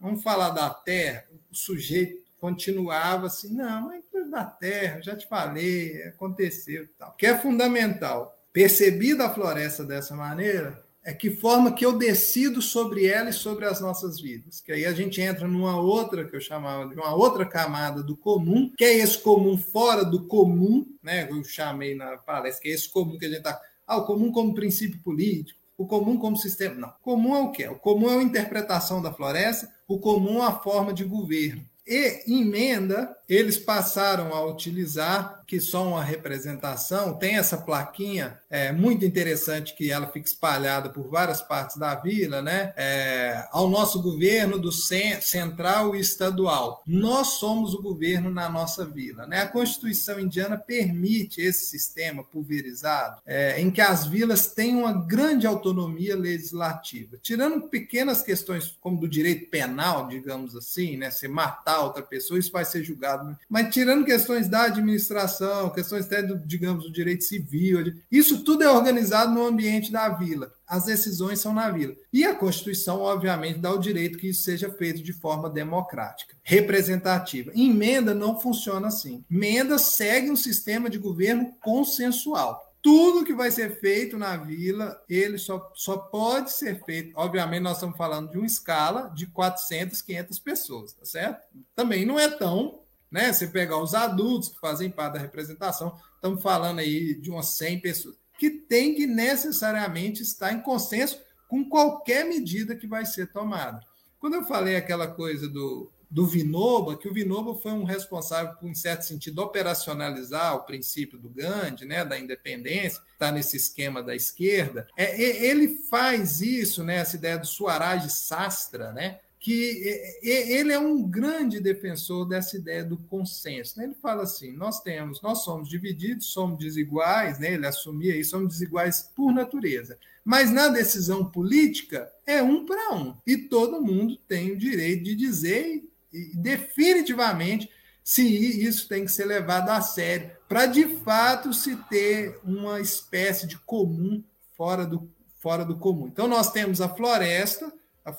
o sujeito continuava assim, não, mas da terra, já te falei, aconteceu e tal. O que é fundamental, percebida a floresta dessa maneira, é que forma que eu decido sobre ela e sobre as nossas vidas. Que aí a gente entra numa outra, que eu chamava de uma outra camada do comum, que é esse comum fora do comum, né? Eu chamei na palestra, que é esse comum que a gente está... o comum como princípio político, o comum como sistema. Não, o comum é o quê? O comum é a interpretação da floresta, o comum é a forma de governo. E, em Menda, eles passaram a utilizar, que só uma representação, tem essa plaquinha muito interessante, que ela fica espalhada por várias partes da vila, né? Ao nosso governo do central e estadual. Nós somos o governo na nossa vila, né? A Constituição indiana permite esse sistema pulverizado, em que as vilas têm uma grande autonomia legislativa. Tirando pequenas questões como do direito penal, digamos assim, né? Se matar outra pessoa, isso vai ser julgado. Mas tirando questões da administração, questões até digamos, do direito civil, isso tudo é organizado no ambiente da vila. As decisões são na vila. E a Constituição, obviamente, dá o direito que isso seja feito de forma democrática, representativa. Em Menda não funciona assim. Menda segue um sistema de governo consensual. Tudo que vai ser feito na vila, ele só pode ser feito... Obviamente, nós estamos falando de uma escala de 400, 500 pessoas, tá certo? Também não é tão... né? Você pegar os adultos que fazem parte da representação, estamos falando aí de umas 100 pessoas, que tem que necessariamente estar em consenso com qualquer medida que vai ser tomada. Quando eu falei aquela coisa do Vinoba, que o Vinoba foi um responsável por, em certo sentido, operacionalizar o princípio do Gandhi, né, da independência, está nesse esquema da esquerda, ele faz isso, né, essa ideia do Swaraj Sastra, né, que ele é um grande defensor dessa ideia do consenso. Né? Ele fala assim, nós somos divididos, somos desiguais, né? Ele assumia isso, somos desiguais por natureza. Mas na decisão política é um para um. E todo mundo tem o direito de dizer e definitivamente se isso tem que ser levado a sério, para de fato se ter uma espécie de comum fora do comum. Então nós temos a floresta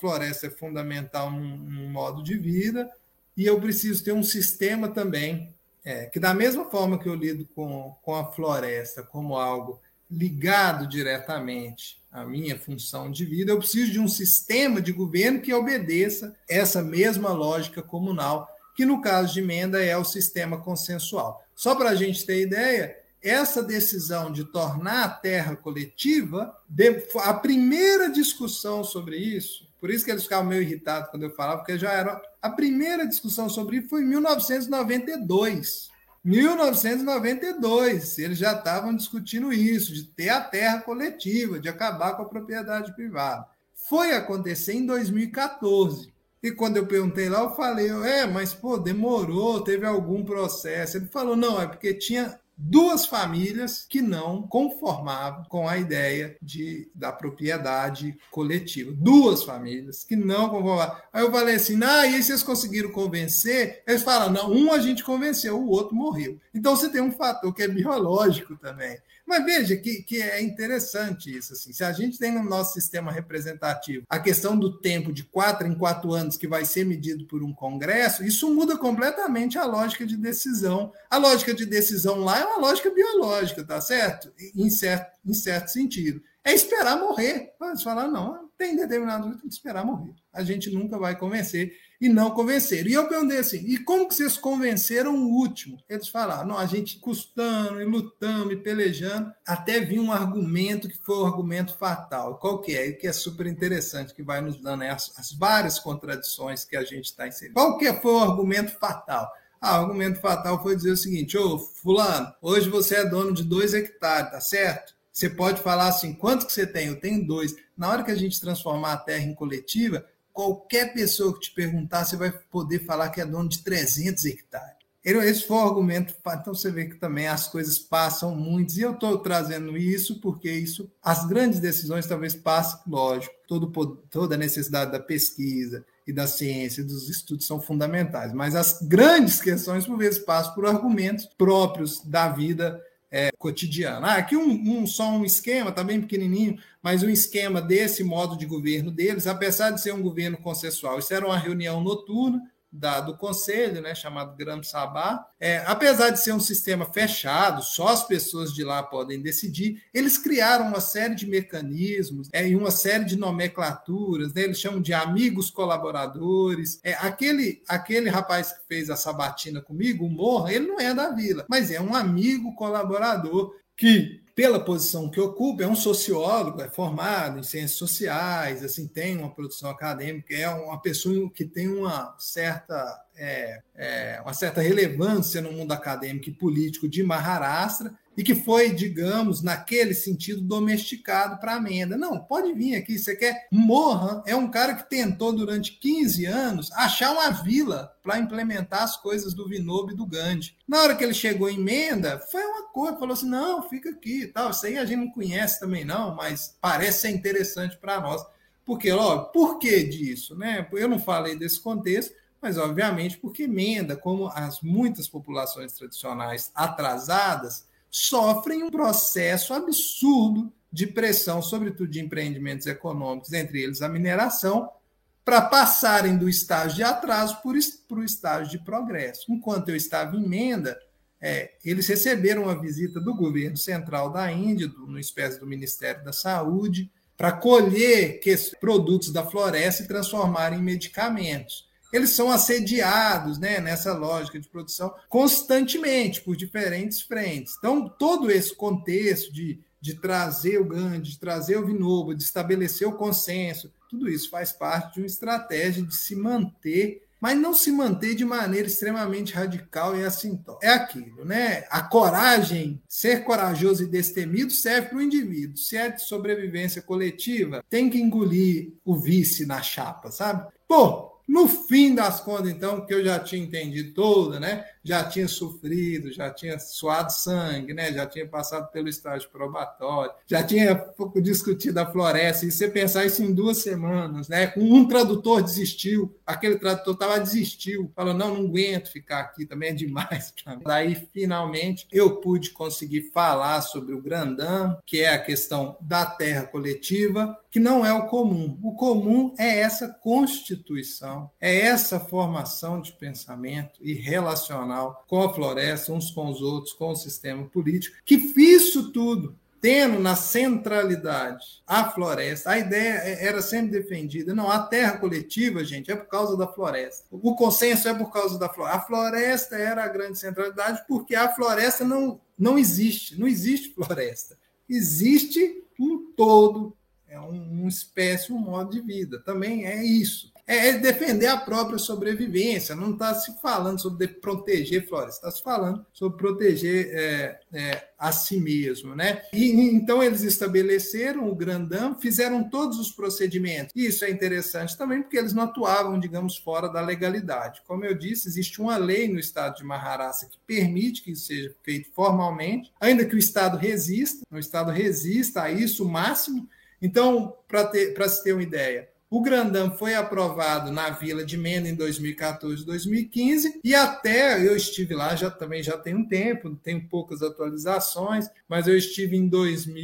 é fundamental num modo de vida, e eu preciso ter um sistema também, que da mesma forma que eu lido com a floresta como algo ligado diretamente à minha função de vida, eu preciso de um sistema de governo que obedeça essa mesma lógica comunal, que no caso de Menda é o sistema consensual. Só para a gente ter ideia, essa decisão de tornar a terra coletiva, a primeira discussão sobre isso, por isso que eles ficavam meio irritados quando eu falava, porque já era a primeira discussão sobre isso foi em 1992. 1992, eles já estavam discutindo isso, de ter a terra coletiva, de acabar com a propriedade privada. Foi acontecer em 2014. E quando eu perguntei lá, eu falei, mas demorou, teve algum processo. Ele falou, não, é porque tinha duas famílias que não conformavam com a ideia da propriedade coletiva. Duas famílias que não conformavam. Aí eu falei assim, e aí vocês conseguiram convencer? Eles falaram, não, um a gente convenceu, o outro morreu. Então você tem um fator que é biológico também. Mas veja que é interessante isso. Assim. Se a gente tem no nosso sistema representativo a questão do tempo de 4 em 4 anos que vai ser medido por um congresso, isso muda completamente a lógica de decisão. A lógica de decisão lá é uma lógica biológica, tá certo? Em certo sentido. É esperar morrer. Eles falaram, não, tem determinado jeito de esperar morrer. A gente nunca vai convencer. E não convenceram. E eu perguntei assim, e como que vocês convenceram o último? Eles falaram, não, a gente custando e lutando e pelejando, até vir um argumento que foi o argumento fatal. Qual que é? E que é super interessante, que vai nos dando as várias contradições que a gente está inserindo. Qual que foi o argumento fatal? O argumento fatal foi dizer o seguinte, ô fulano, hoje você é dono de 2 hectares, tá certo? Você pode falar assim, quanto que você tem? Eu tenho 2. Na hora que a gente transformar a terra em coletiva, qualquer pessoa que te perguntar, você vai poder falar que é dono de 300 hectares. Esse foi o argumento. Então você vê que também as coisas passam muito. E eu estou trazendo isso porque as grandes decisões talvez passem, lógico, toda a necessidade da pesquisa e da ciência, dos estudos são fundamentais. Mas as grandes questões, por vezes, passam por argumentos próprios da vida cotidiana. Aqui só um esquema, está bem pequenininho, mas um esquema desse modo de governo deles, apesar de ser um governo consensual, isso era uma reunião noturna do conselho, né, chamado Gram Sabá, apesar de ser um sistema fechado, só as pessoas de lá podem decidir, eles criaram uma série de mecanismos e uma série de nomenclaturas, né, eles chamam de amigos colaboradores. Aquele rapaz que fez a sabatina comigo, o Morra, ele não é da vila, mas é um amigo colaborador que, pela posição que ocupa, é um sociólogo, é formado em ciências sociais, assim, tem uma produção acadêmica, é uma pessoa que tem uma certa relevância no mundo acadêmico e político de Maharashtra e que foi, digamos, naquele sentido, domesticado para a amenda. Não, pode vir aqui, você quer... Mohan é um cara que tentou, durante 15 anos, achar uma vila para implementar as coisas do Vinoba e do Gandhi. Na hora que ele chegou em emenda, foi uma coisa, falou assim, não, fica aqui, tal. Isso aí a gente não conhece também não, mas parece ser interessante para nós. Porque, por que disso? Né? Eu não falei desse contexto, mas, obviamente, porque emenda, como as muitas populações tradicionais atrasadas, sofrem um processo absurdo de pressão, sobretudo de empreendimentos econômicos, entre eles a mineração, para passarem do estágio de atraso para o estágio de progresso. Enquanto eu estava em emenda, eles receberam uma visita do governo central da Índia, uma espécie do Ministério da Saúde, para colher produtos da floresta e transformar em medicamentos. Eles são assediados, né, nessa lógica de produção constantemente, por diferentes frentes. Então, todo esse contexto de trazer o Gandhi, de trazer o Vinoba, de estabelecer o consenso, tudo isso faz parte de uma estratégia de se manter, mas não se manter de maneira extremamente radical e assintótica. É aquilo, né? A coragem, ser corajoso e destemido serve para o indivíduo. Se é de sobrevivência coletiva, tem que engolir o vice na chapa, sabe? No fim das contas, então, que eu já tinha entendido toda, né? Já tinha sofrido, já tinha suado sangue, né? Já tinha passado pelo estágio probatório, já tinha discutido a floresta, e você pensar isso em 2 semanas, né? Um tradutor desistiu, aquele tradutor desistiu, falou, não aguento ficar aqui, também é demais para mim. Daí, finalmente, eu pude conseguir falar sobre o Grandam, que é a questão da terra coletiva, que não é o comum. O comum é essa constituição, é essa formação de pensamento e relacional com a floresta, uns com os outros, com o sistema político, que isso tudo, tendo na centralidade a floresta, a ideia era sempre defendida, não, a terra coletiva, gente, é por causa da floresta. O consenso é por causa da floresta. A floresta era a grande centralidade porque a floresta não existe floresta. Existe um todo, uma espécie, um modo de vida. Também é isso. É defender a própria sobrevivência, não está se falando sobre proteger florestas, está se falando sobre proteger a si mesmo, né? E então eles estabeleceram o Grandam, fizeram todos os procedimentos. E isso é interessante também, porque eles não atuavam, digamos, fora da legalidade. Como eu disse, existe uma lei no estado de Maharashtra que permite que isso seja feito formalmente, ainda que o Estado resista a isso o máximo. Então, para se ter uma ideia, o Grandam foi aprovado na Vila de Menda em 2014, 2015, e até eu estive lá, também já tem um tempo, tem poucas atualizações, mas eu estive em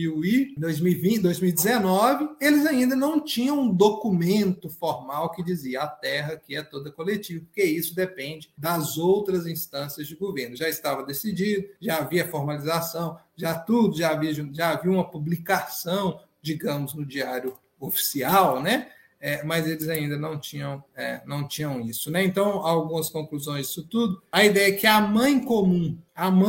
2020, 2019, eles ainda não tinham um documento formal que dizia a terra que é toda coletiva, porque isso depende das outras instâncias de governo. Já estava decidido, já havia formalização, já havia uma publicação, digamos, no Diário Oficial, né? Mas eles ainda não tinham isso, né? Então, algumas conclusões disso tudo. A ideia é que a mãe comum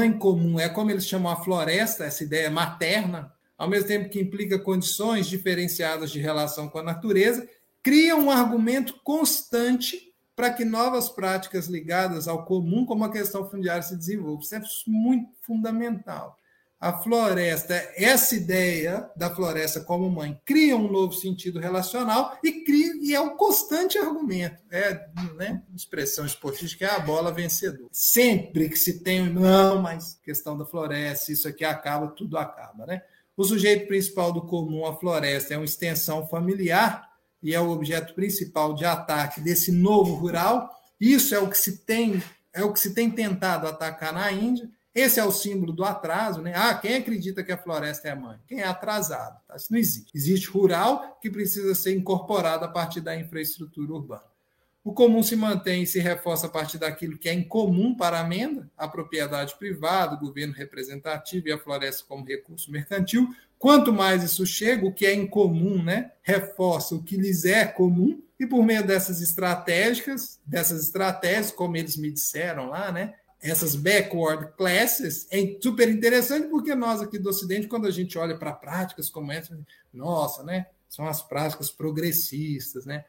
é como eles chamam a floresta, essa ideia materna, ao mesmo tempo que implica condições diferenciadas de relação com a natureza, cria um argumento constante para que novas práticas ligadas ao comum, como a questão fundiária, se desenvolvam. Isso é muito fundamental. A floresta, essa ideia da floresta como mãe, cria um novo sentido relacional e é um constante argumento. Né? Expressão esportística é a bola vencedora. Sempre que se tem não, mas questão da floresta, isso aqui acaba, tudo acaba. Né? O sujeito principal do comum, a floresta, é uma extensão familiar e é o objeto principal de ataque desse novo rural. Isso é o que se tem tentado atacar na Índia. Esse é o símbolo do atraso, né? Quem acredita que a floresta é a mãe? Quem é atrasado? Tá? Isso não existe. Existe rural que precisa ser incorporado a partir da infraestrutura urbana. O comum se mantém e se reforça a partir daquilo que é incomum para a Menda, a propriedade privada, o governo representativo e a floresta como recurso mercantil. Quanto mais isso chega, o que é incomum, né? Reforça o que lhes é comum, e por meio dessas estratégias, como eles me disseram lá, né? Essas backward classes, é super interessante porque nós aqui do Ocidente, quando a gente olha para práticas como essa, nossa, né? São as práticas progressistas, né?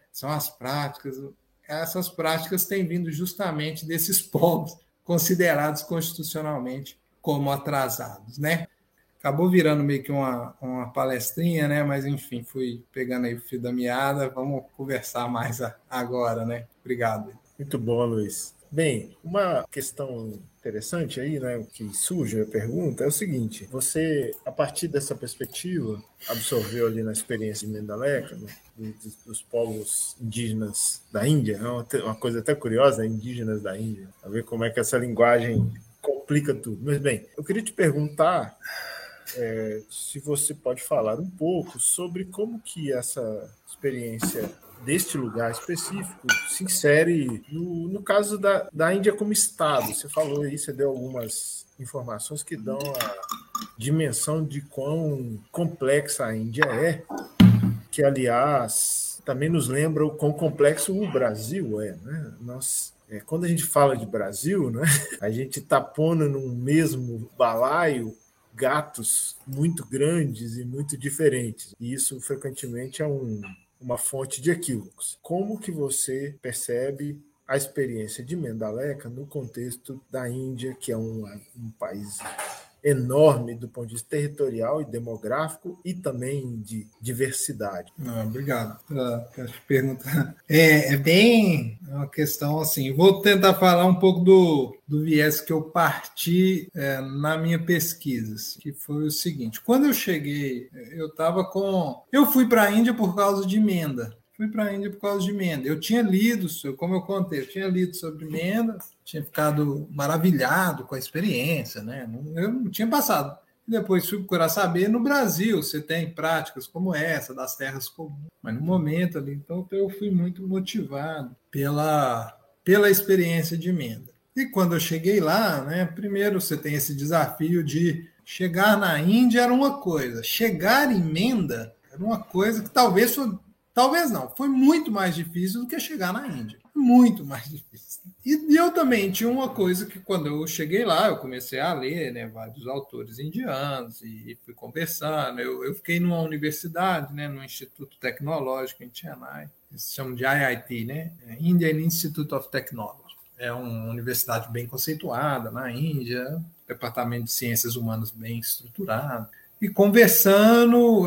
Essas práticas têm vindo justamente desses povos considerados constitucionalmente como atrasados, né? Acabou virando meio que uma palestrinha, né? Mas, enfim, fui pegando aí o fio da meada. Vamos conversar mais agora, né? Obrigado. Muito bom, Luiz. Bem, uma questão interessante aí, né, que surge a pergunta é o seguinte: você, a partir dessa perspectiva, absorveu ali na experiência de Mendaleca, né, dos povos indígenas da Índia, uma coisa até curiosa, indígenas da Índia, a ver como é que essa linguagem complica tudo. Mas, bem, eu queria te perguntar se você pode falar um pouco sobre como que essa experiência deste lugar específico se insere no caso da Índia como Estado. Você falou aí, você deu algumas informações que dão a dimensão de quão complexa a Índia é, que, aliás, também nos lembra o quão complexo o Brasil é, né? Quando a gente fala de Brasil, né, a gente está pondo no mesmo balaio gatos muito grandes e muito diferentes. E isso, frequentemente, é uma fonte de equívocos. Como que você percebe a experiência de Mendaleca no contexto da Índia, que é um país enorme do ponto de vista territorial e demográfico e também de diversidade? Obrigado pela pergunta. É bem uma questão assim. Vou tentar falar um pouco do viés que eu parti na minha pesquisa, que foi o seguinte: quando eu cheguei, eu fui para a Índia por causa de Menda. Eu tinha lido, como eu contei, eu tinha lido sobre Menda, tinha ficado maravilhado com a experiência, né? Eu não tinha passado. Depois fui procurar saber, no Brasil você tem práticas como essa, das terras comuns, mas no momento ali, então eu fui muito motivado pela experiência de Menda. E quando eu cheguei lá, né, primeiro você tem esse desafio de chegar na Índia era uma coisa, chegar em Menda era uma coisa que talvez não, foi muito mais difícil do que chegar na Índia. Muito mais difícil. E eu também tinha uma coisa que, quando eu cheguei lá, eu comecei a ler, né, vários autores indianos e fui conversando. Eu fiquei numa universidade, né, no Instituto Tecnológico em Chennai. eles chamam de IIT, né? Indian Institute of Technology. É uma universidade bem conceituada na Índia, departamento de ciências humanas bem estruturado. E conversando,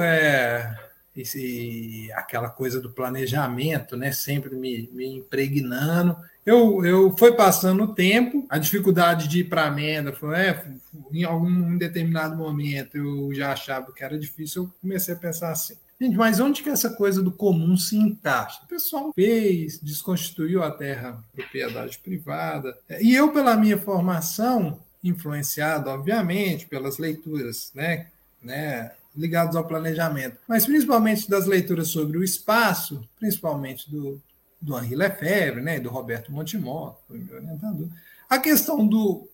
aquela coisa do planejamento, né? Sempre me impregnando. Eu foi passando o tempo, a dificuldade de ir para a Amenda, em algum determinado momento eu já achava que era difícil, eu comecei a pensar assim, gente, mas onde que essa coisa do comum se encaixa? O pessoal desconstituiu a terra propriedade privada, e eu, pela minha formação, influenciado, obviamente, pelas leituras, né, ligadas ao planejamento, mas principalmente das leituras sobre o espaço, principalmente do Henri Lefebvre, né, do Roberto Montemor, foi meu orientador. A questão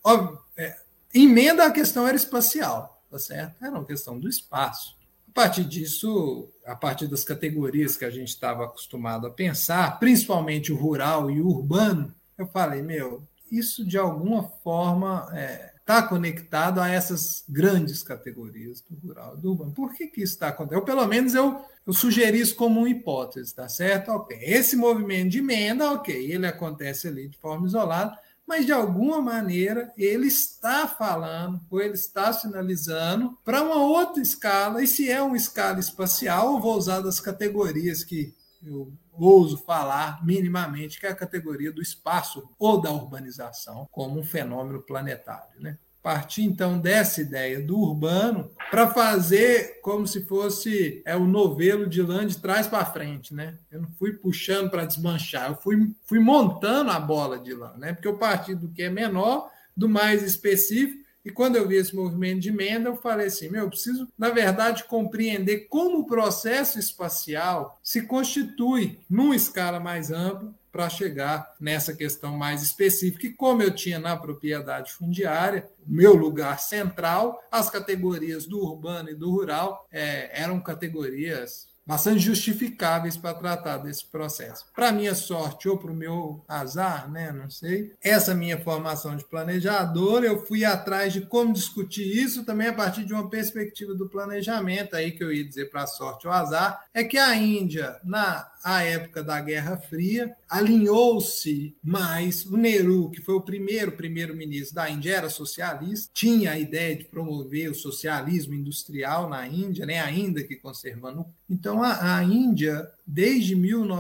emenda, a questão era espacial, tá certo? Era uma questão do espaço. A partir disso, a partir das categorias que a gente estava acostumado a pensar, principalmente o rural e o urbano, eu falei, isso de alguma forma está conectado a essas grandes categorias do rural e do urbano. Por que isso está acontecendo? Pelo menos eu sugeri isso como uma hipótese, tá certo? Ok. Esse movimento de emenda, ok, ele acontece ali de forma isolada, mas de alguma maneira ele está falando, ou ele está sinalizando para uma outra escala, e se é uma escala espacial, eu vou usar das categorias que eu ouso falar minimamente, que é a categoria do espaço ou da urbanização como um fenômeno planetário, né? Partir, então, dessa ideia do urbano para fazer como se fosse o novelo de lã de trás para frente, né? Eu não fui puxando para desmanchar, eu fui montando a bola de lã, né? Porque eu parti do que é menor, do mais específico, e quando eu vi esse movimento de emenda, eu falei assim, eu preciso, na verdade, compreender como o processo espacial se constitui numa escala mais ampla para chegar nessa questão mais específica. E como eu tinha na propriedade fundiária, meu lugar central, as categorias do urbano e do rural eram categorias bastante justificáveis para tratar desse processo. Para minha sorte ou para o meu azar, né, não sei, essa minha formação de planejador, eu fui atrás de como discutir isso também a partir de uma perspectiva do planejamento, aí que eu ia dizer para a sorte ou azar, é que a Índia, na época da Guerra Fria, alinhou-se mais. O Nehru, que foi o primeiro-ministro da Índia, era socialista, tinha a ideia de promover o socialismo industrial na Índia, né, ainda que conservando. Então, a Índia, desde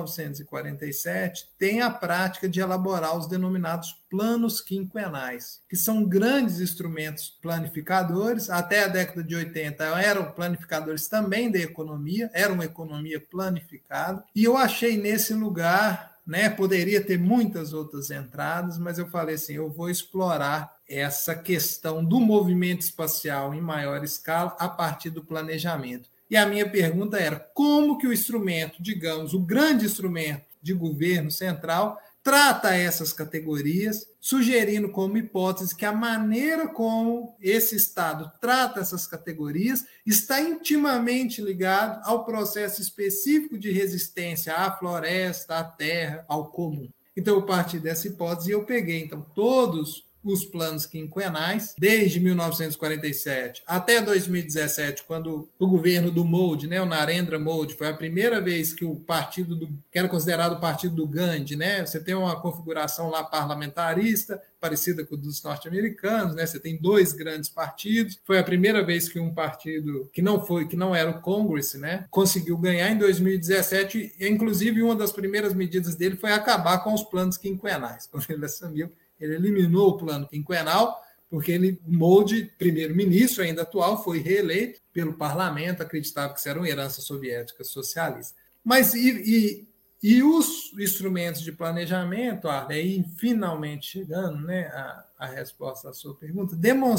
1947, tem a prática de elaborar os denominados planos quinquenais, que são grandes instrumentos planificadores. Até a década de 80 eram planificadores também da economia, era uma economia planificada, e eu achei nesse lugar, né, poderia ter muitas outras entradas, mas eu falei assim, eu vou explorar essa questão do movimento espacial em maior escala a partir do planejamento. E a minha pergunta era, como que o instrumento, digamos, o grande instrumento de governo central, trata essas categorias, sugerindo como hipótese que a maneira como esse Estado trata essas categorias está intimamente ligado ao processo específico de resistência à floresta, à terra, ao comum. Então, eu parti dessa hipótese e eu peguei, então, todos os planos quinquenais, desde 1947 até 2017, quando o governo do Modi, né, o Narendra Modi, foi a primeira vez que o partido que era considerado o partido do Gandhi, né, você tem uma configuração lá parlamentarista, parecida com a dos norte-americanos, né, você tem 2 grandes partidos, foi a primeira vez que um partido que não era o Congress, né, conseguiu ganhar em 2017, e inclusive uma das primeiras medidas dele foi acabar com os planos quinquenais, quando ele assumiu. Ele eliminou o plano quinquenal, porque o Modi, primeiro-ministro ainda atual, foi reeleito pelo parlamento, acreditava que isso era uma herança soviética socialista. Mas e os instrumentos de planejamento, Arley, finalmente chegando, né, a resposta à sua pergunta,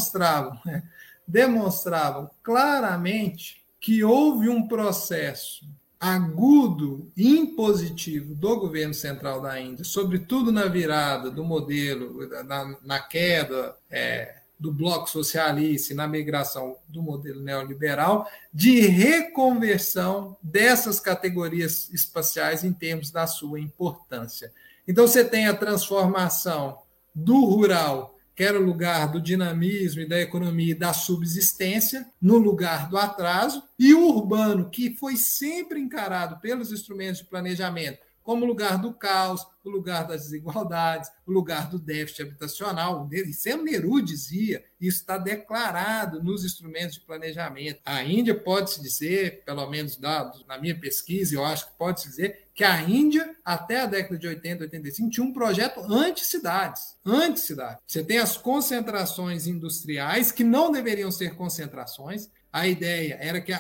demonstravam claramente que houve um processo agudo e impositivo do governo central da Índia, sobretudo na virada do modelo, na queda do bloco socialista e na migração do modelo neoliberal, de reconversão dessas categorias espaciais em termos da sua importância. Então, você tem a transformação do rural, que era o lugar do dinamismo e da economia e da subsistência, no lugar do atraso, e o urbano, que foi sempre encarado pelos instrumentos de planejamento como o lugar do caos, o lugar das desigualdades, o lugar do déficit habitacional. Isso o Nehru dizia, isso está declarado nos instrumentos de planejamento. A Índia pode-se dizer, pelo menos na minha pesquisa, eu acho que pode-se dizer que a Índia, até a década de 80, 85, tinha um projeto anti-cidades. Anti-cidades. Você tem as concentrações industriais, que não deveriam ser concentrações. A ideia era que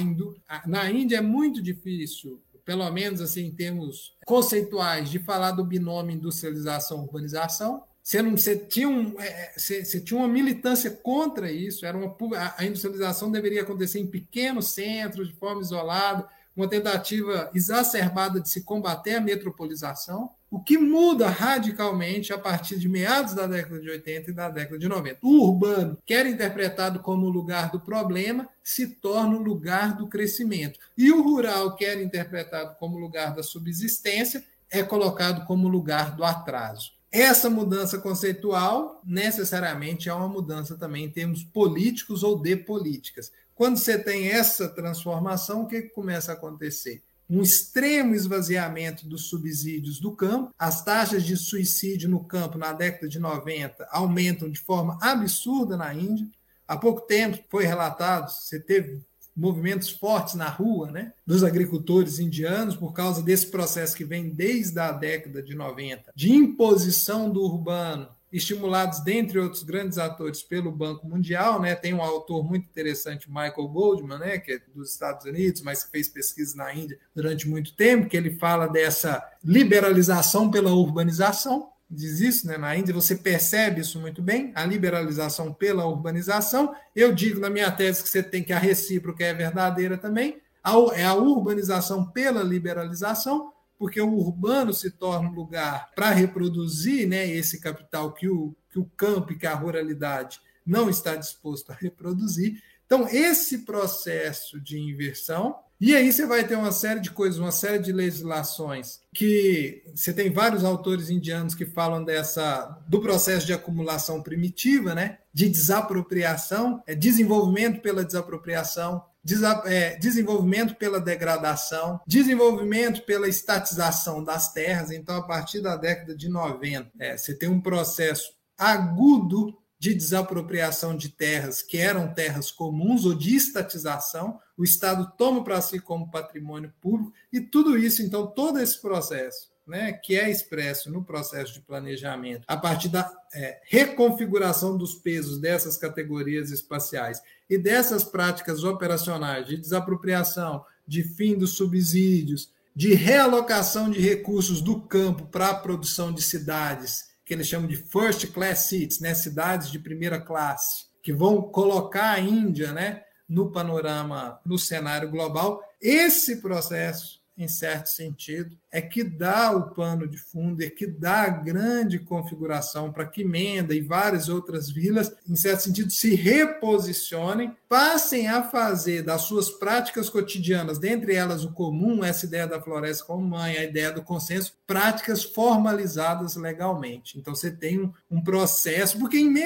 na Índia é muito difícil, pelo menos assim, em termos conceituais, de falar do binômio industrialização-urbanização. Você tinha uma militância contra isso. A industrialização deveria acontecer em pequenos centros, de forma isolada, uma tentativa exacerbada de se combater a metropolização, o que muda radicalmente a partir de meados da década de 80 e da década de 90. O urbano, que era interpretado como o lugar do problema, se torna o lugar do crescimento. E o rural, que era interpretado como o lugar da subsistência, é colocado como o lugar do atraso. Essa mudança conceitual necessariamente é uma mudança também em termos políticos ou de políticas. Quando você tem essa transformação, o que começa a acontecer? Um extremo esvaziamento dos subsídios do campo. As taxas de suicídio no campo na década de 90 aumentam de forma absurda na Índia. Há pouco tempo foi relatado, você teve movimentos fortes na rua, né, dos agricultores indianos por causa desse processo que vem desde a década de 90, de imposição do urbano, estimulados, dentre outros grandes atores, pelo Banco Mundial, né? Tem um autor muito interessante, Michael Goldman, né? Que é dos Estados Unidos, mas que fez pesquisa na Índia durante muito tempo, que ele fala dessa liberalização pela urbanização. Diz isso, né? Na Índia você percebe isso muito bem, a liberalização pela urbanização. Eu digo na minha tese que você tem que a recíproca é verdadeira também, é a urbanização pela liberalização, porque o urbano se torna um lugar para reproduzir, né, esse capital que o campo e que a ruralidade não está disposto a reproduzir. Então, esse processo de inversão, e aí você vai ter uma série de coisas, uma série de legislações, que você tem vários autores indianos que falam do processo de acumulação primitiva, né, de desapropriação, desenvolvimento pela desapropriação, desenvolvimento pela degradação, desenvolvimento pela estatização das terras. Então, a partir da década de 90, você tem um processo agudo de desapropriação de terras que eram terras comuns ou de estatização. O Estado toma para si como patrimônio público e tudo isso, então, todo esse processo, né, que é expresso no processo de planejamento, a partir da reconfiguração dos pesos dessas categorias espaciais e dessas práticas operacionais de desapropriação, de fim dos subsídios, de realocação de recursos do campo para a produção de cidades, que eles chamam de first class cities, né, cidades de primeira classe, que vão colocar a Índia, né, no panorama, no cenário global. Esse processo, em certo sentido, é que dá o pano de fundo, é que dá a grande configuração para que Menda e várias outras vilas, em certo sentido, se reposicionem, passem a fazer das suas práticas cotidianas, dentre elas o comum, essa ideia da floresta como mãe, a ideia do consenso, práticas formalizadas legalmente. Então, você tem um processo, porque em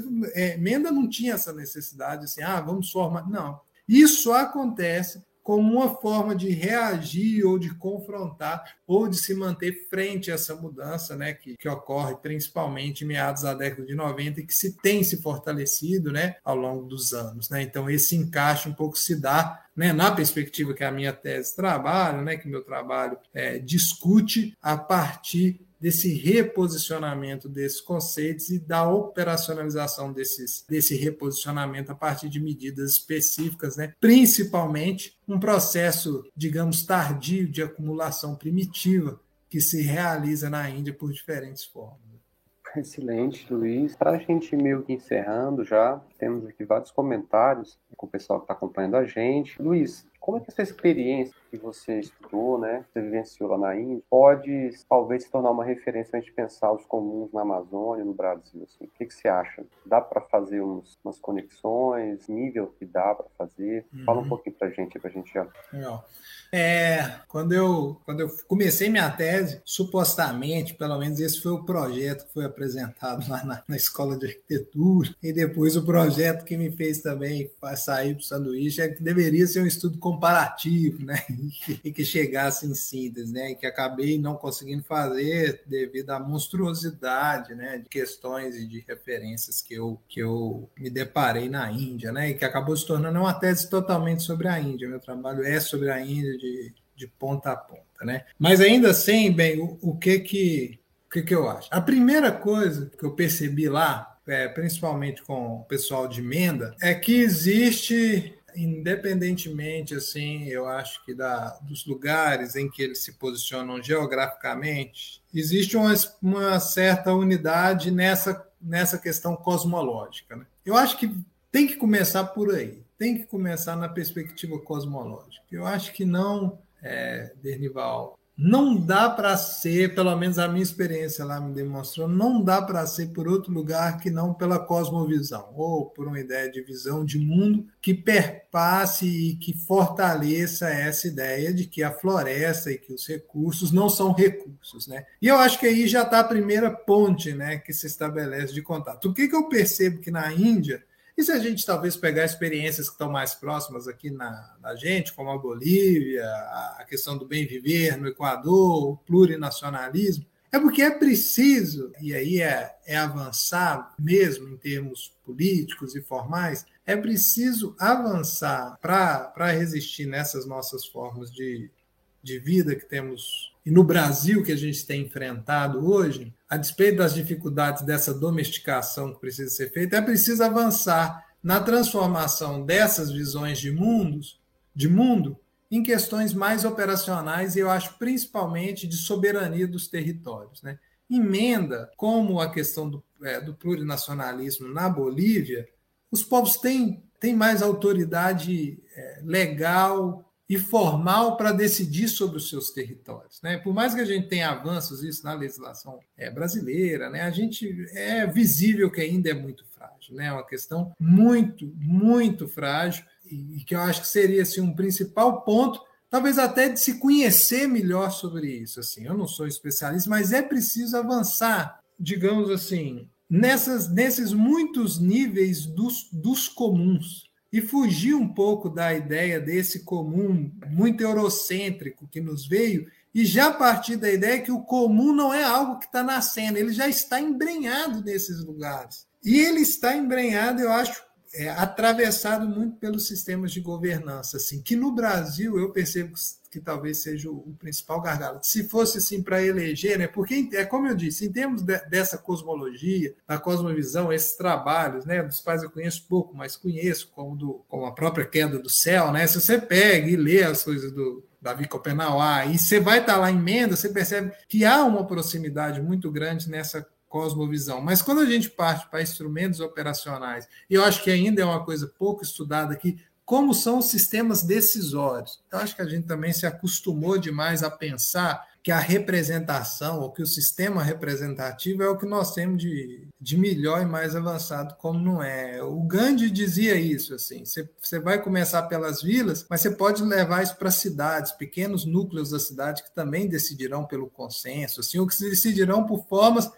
Menda não tinha essa necessidade, assim, vamos formar. Não. Isso acontece como uma forma de reagir ou de confrontar ou de se manter frente a essa mudança, né, que ocorre principalmente em meados da década de 90 e que tem se fortalecido, né, ao longo dos anos, né? Então, esse encaixe um pouco se dá, né, na perspectiva que a minha tese trabalha, né, que meu trabalho discute a partir desse reposicionamento desses conceitos e da operacionalização desse reposicionamento a partir de medidas específicas, né? Principalmente um processo, digamos, tardio de acumulação primitiva que se realiza na Índia por diferentes formas. Excelente, Luiz. Para a gente meio que encerrando já, temos aqui vários comentários com o pessoal que está acompanhando a gente. Luiz, como é que essa experiência que você estudou, né, que você vivenciou lá na Índia, pode talvez se tornar uma referência para a gente pensar os comuns na Amazônia, no Brasil? Assim? O que você acha? Dá para fazer umas conexões, nível que dá para fazer? Fala um pouquinho para a gente já. Legal. Quando eu comecei minha tese, supostamente, pelo menos esse foi o projeto que foi apresentado lá na Escola de Arquitetura, e depois o projeto que me fez também sair do sanduíche é que deveria ser um estudo comparativo, né? e que chegasse em síntese, né? E que acabei não conseguindo fazer devido à monstruosidade, né, de questões e de referências que eu me deparei na Índia, né? E que acabou se tornando uma tese totalmente sobre a Índia. Meu trabalho é sobre a Índia de ponta a ponta, né? Mas ainda assim, bem, o que eu acho? A primeira coisa que eu percebi lá, principalmente com o pessoal de emenda, é que existe, independentemente, assim, eu acho que dos lugares em que eles se posicionam geograficamente, existe uma certa unidade nessa questão cosmológica, né? Eu acho que tem que começar por aí, tem que começar na perspectiva cosmológica. Eu acho que não, Dernival, não dá para ser, pelo menos a minha experiência lá me demonstrou, não dá para ser por outro lugar que não pela cosmovisão, ou por uma ideia de visão de mundo que perpasse e que fortaleça essa ideia de que a floresta e que os recursos não são recursos, né? E eu acho que aí já está a primeira ponte, né, que se estabelece de contato. O que eu percebo que na Índia, e se a gente talvez pegar experiências que estão mais próximas aqui na gente, como a Bolívia, a questão do bem viver no Equador, o plurinacionalismo, é porque é preciso, e aí é avançar mesmo em termos políticos e formais, é preciso avançar para resistir nessas nossas formas de vida que temos, e no Brasil que a gente tem enfrentado hoje, a despeito das dificuldades dessa domesticação que precisa ser feita, é preciso avançar na transformação dessas visões de mundo em questões mais operacionais, e eu acho principalmente de soberania dos territórios, né? Emenda, como a questão do plurinacionalismo na Bolívia, os povos têm mais autoridade legal e formal para decidir sobre os seus territórios, né? Por mais que a gente tenha avanços isso na legislação brasileira, né? A gente é visível que ainda é muito frágil, né? É uma questão muito, muito frágil e que eu acho que seria assim, um principal ponto, talvez até de se conhecer melhor sobre isso. Assim, eu não sou especialista, mas é preciso avançar, digamos assim, nesses muitos níveis dos comuns, e fugir um pouco da ideia desse comum muito eurocêntrico que nos veio, e já partir da ideia que o comum não é algo que está nascendo, ele já está embrenhado nesses lugares. E ele está embrenhado, eu acho, atravessado muito pelos sistemas de governança, assim, que no Brasil eu percebo que talvez seja o principal gargalo. Se fosse assim para eleger, né? Porque como eu disse, em termos dessa cosmologia, da cosmovisão, esses trabalhos, né, dos quais eu conheço pouco, mas conheço, como a própria Queda do Céu, né? Se você pega e lê as coisas do Davi Copenauá, e você vai estar lá em emenda, você percebe que há uma proximidade muito grande nessa cosmovisão. Mas quando a gente parte para instrumentos operacionais, e eu acho que ainda é uma coisa pouco estudada aqui, como são os sistemas decisórios. Eu acho que a gente também se acostumou demais a pensar que a representação, ou que o sistema representativo é o que nós temos de melhor e mais avançado, como não é. O Gandhi dizia isso, assim, você vai começar pelas vilas, mas você pode levar isso para cidades, pequenos núcleos da cidade que também decidirão pelo consenso, assim, ou que decidirão por formas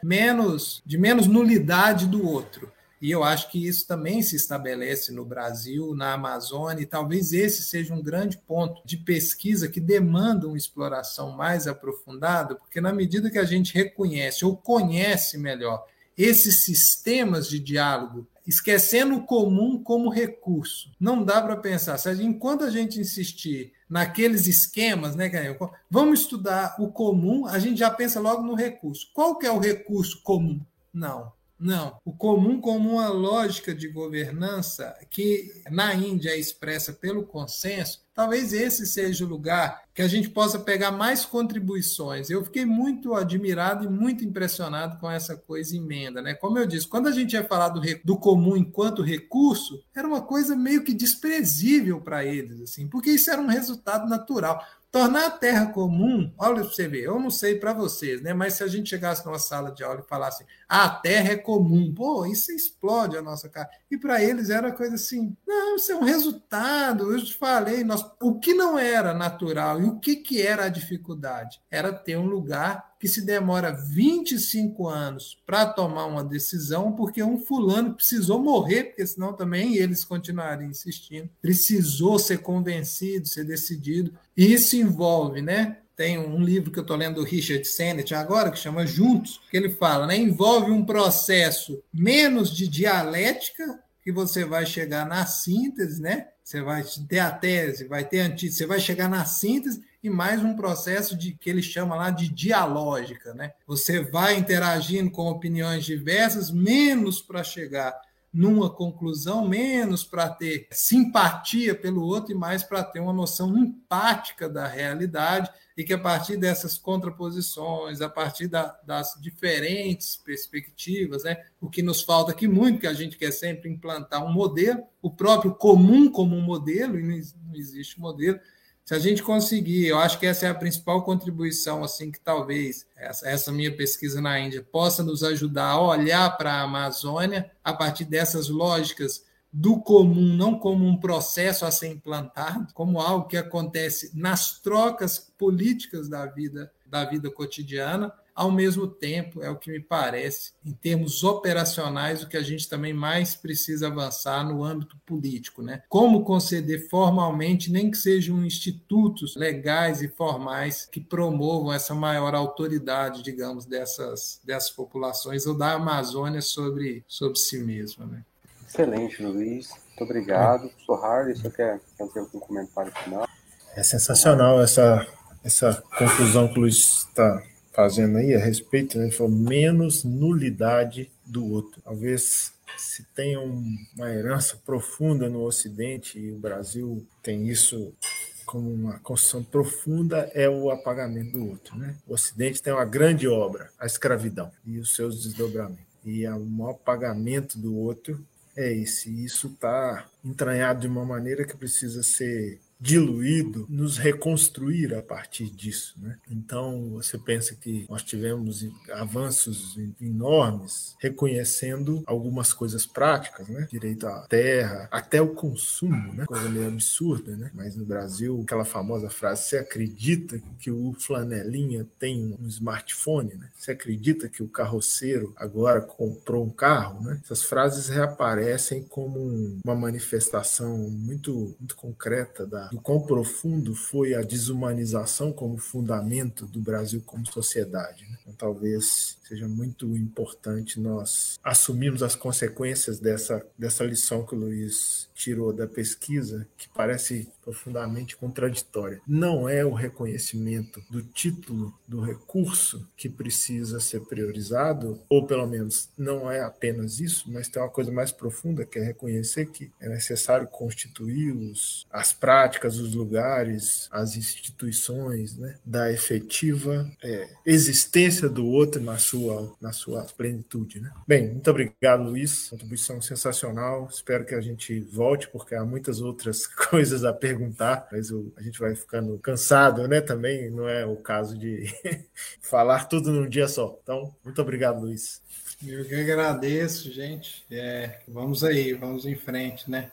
de menos nulidade do outro. E eu acho que isso também se estabelece no Brasil, na Amazônia, e talvez esse seja um grande ponto de pesquisa que demanda uma exploração mais aprofundada, porque na medida que a gente reconhece ou conhece melhor esses sistemas de diálogo, esquecendo o comum como recurso, não dá para pensar. Enquanto a gente insistir naqueles esquemas, né, vamos estudar o comum, a gente já pensa logo no recurso. Qual que é o recurso comum? Não. O comum como uma lógica de governança que na Índia é expressa pelo consenso, talvez esse seja o lugar que a gente possa pegar mais contribuições. Eu fiquei muito admirado e muito impressionado com essa coisa emenda, né? Como eu disse, quando a gente ia falar do comum enquanto recurso, era uma coisa meio que desprezível para eles, assim, porque isso era um resultado natural. Tornar a terra comum, olha para você ver, eu não sei para vocês, né? Mas se a gente chegasse numa sala de aula e falasse, a terra é comum, pô, isso explode a nossa cara. E para eles era coisa assim, não, isso é um resultado, eu te falei, o que não era natural e o que era a dificuldade? Era ter um lugar que se demora 25 anos para tomar uma decisão, porque um fulano precisou morrer, porque senão também eles continuariam insistindo, precisou ser convencido, ser decidido, e isso envolve, né? Tem um livro que eu estou lendo do Richard Sennett agora, que chama Juntos, que ele fala, né? Envolve um processo menos de dialética, que você vai chegar na síntese, né? Você vai ter a tese, vai ter a antítese, você vai chegar na síntese, e mais um processo que ele chama lá de dialógica, né? Você vai interagindo com opiniões diversas, menos para chegar numa conclusão, menos para ter simpatia pelo outro e mais para ter uma noção empática da realidade, e que a partir dessas contraposições, a partir das diferentes perspectivas, né, o que nos falta aqui muito, que a gente quer sempre implantar um modelo, o próprio comum como um modelo, e não existe modelo. Se a gente conseguir, eu acho que essa é a principal contribuição, assim, que talvez essa minha pesquisa na Índia possa nos ajudar a olhar para a Amazônia a partir dessas lógicas do comum, não como um processo a ser implantado, como algo que acontece nas trocas políticas da vida cotidiana. Ao mesmo tempo, é o que me parece, em termos operacionais, o que a gente também mais precisa avançar no âmbito político, né? Como conceder formalmente, nem que sejam institutos legais e formais que promovam essa maior autoridade, digamos, dessas populações ou da Amazônia sobre si mesma, né? Excelente, Luiz. Muito obrigado. Sou Harley, você quer fazer algum comentário final? É sensacional essa conclusão que o Luiz está fazendo aí a respeito, né? Ele falou menos nulidade do outro. Talvez se tenha uma herança profunda no Ocidente, e o Brasil tem isso como uma construção profunda, é o apagamento do outro, né? O Ocidente tem uma grande obra, a escravidão e os seus desdobramentos. E o maior apagamento do outro é esse. Isso está entranhado de uma maneira que precisa ser diluído, nos reconstruir a partir disso, né? Então, você pensa que nós tivemos avanços enormes reconhecendo algumas coisas práticas, né? Direito à terra, até o consumo, né? Coisa meio absurda, né? Mas no Brasil, aquela famosa frase, você acredita que o flanelinha tem um smartphone, né? Você acredita que o carroceiro agora comprou um carro, né? Essas frases reaparecem como uma manifestação muito, muito concreta do quão profundo foi a desumanização como fundamento do Brasil como sociedade, né? Então, talvez seja muito importante nós assumirmos as consequências dessa lição que o Luiz tirou da pesquisa, que parece profundamente contraditória. Não é o reconhecimento do título do recurso que precisa ser priorizado, ou pelo menos não é apenas isso, mas tem uma coisa mais profunda, que é reconhecer que é necessário constituir as práticas, os lugares, as instituições, né, da efetiva existência do outro na sua plenitude, né? Bem, muito obrigado, Luiz. Contribuição sensacional. Espero que a gente volte, porque há muitas outras coisas a perguntar, mas a gente vai ficando cansado, né? Também não é o caso de falar tudo num dia só. Então, muito obrigado, Luiz. Eu que agradeço, gente. Vamos aí, vamos em frente, né?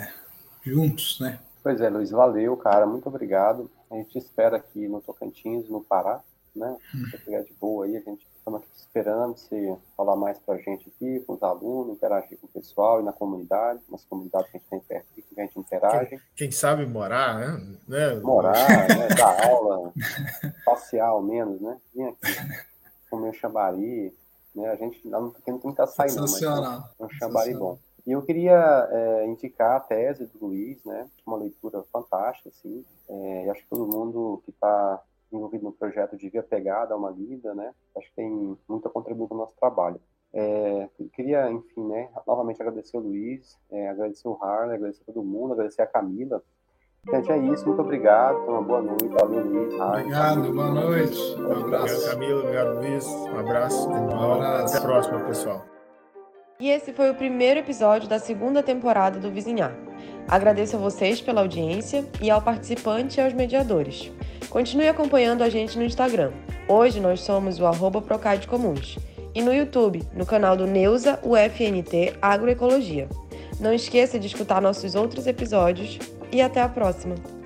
Juntos, né? Pois é, Luiz, valeu, cara. Muito obrigado. A gente espera aqui no Tocantins, no Pará, né? Se você estiver de boa aí, a gente estamos aqui esperando você falar mais para a gente aqui, com os alunos, interagir com o pessoal e na comunidade, nas comunidades que a gente tem perto aqui, que a gente interage. Quem sabe morar, né? Morar, né? Dar aula, passear ao menos, né? Vir aqui, comer um chambari, né? A gente não tem que sair, não, mas é um chambari bom. E eu queria indicar a tese do Luiz, né? Uma leitura fantástica, assim. Acho que todo mundo que está envolvido no projeto devia pegar, dar uma lida, né? Acho que tem muito a contribuir com o nosso trabalho. Queria, enfim, né, novamente agradecer o Luiz, agradecer o Harley, agradecer todo mundo, agradecer a Camila. Gente, é isso, muito obrigado, uma boa noite, valeu, Luiz, Harley. Obrigado, boa noite, um abraço. Obrigado, Camila, obrigado, Luiz, um abraço, até a próxima, pessoal. E esse foi o primeiro episódio da segunda temporada do Vizinhar. Agradeço a vocês pela audiência e ao participante e aos mediadores. Continue acompanhando a gente no Instagram. Hoje nós somos o @Procadcomuns. E no YouTube, no canal do Neusa UFNT Agroecologia. Não esqueça de escutar nossos outros episódios e até a próxima!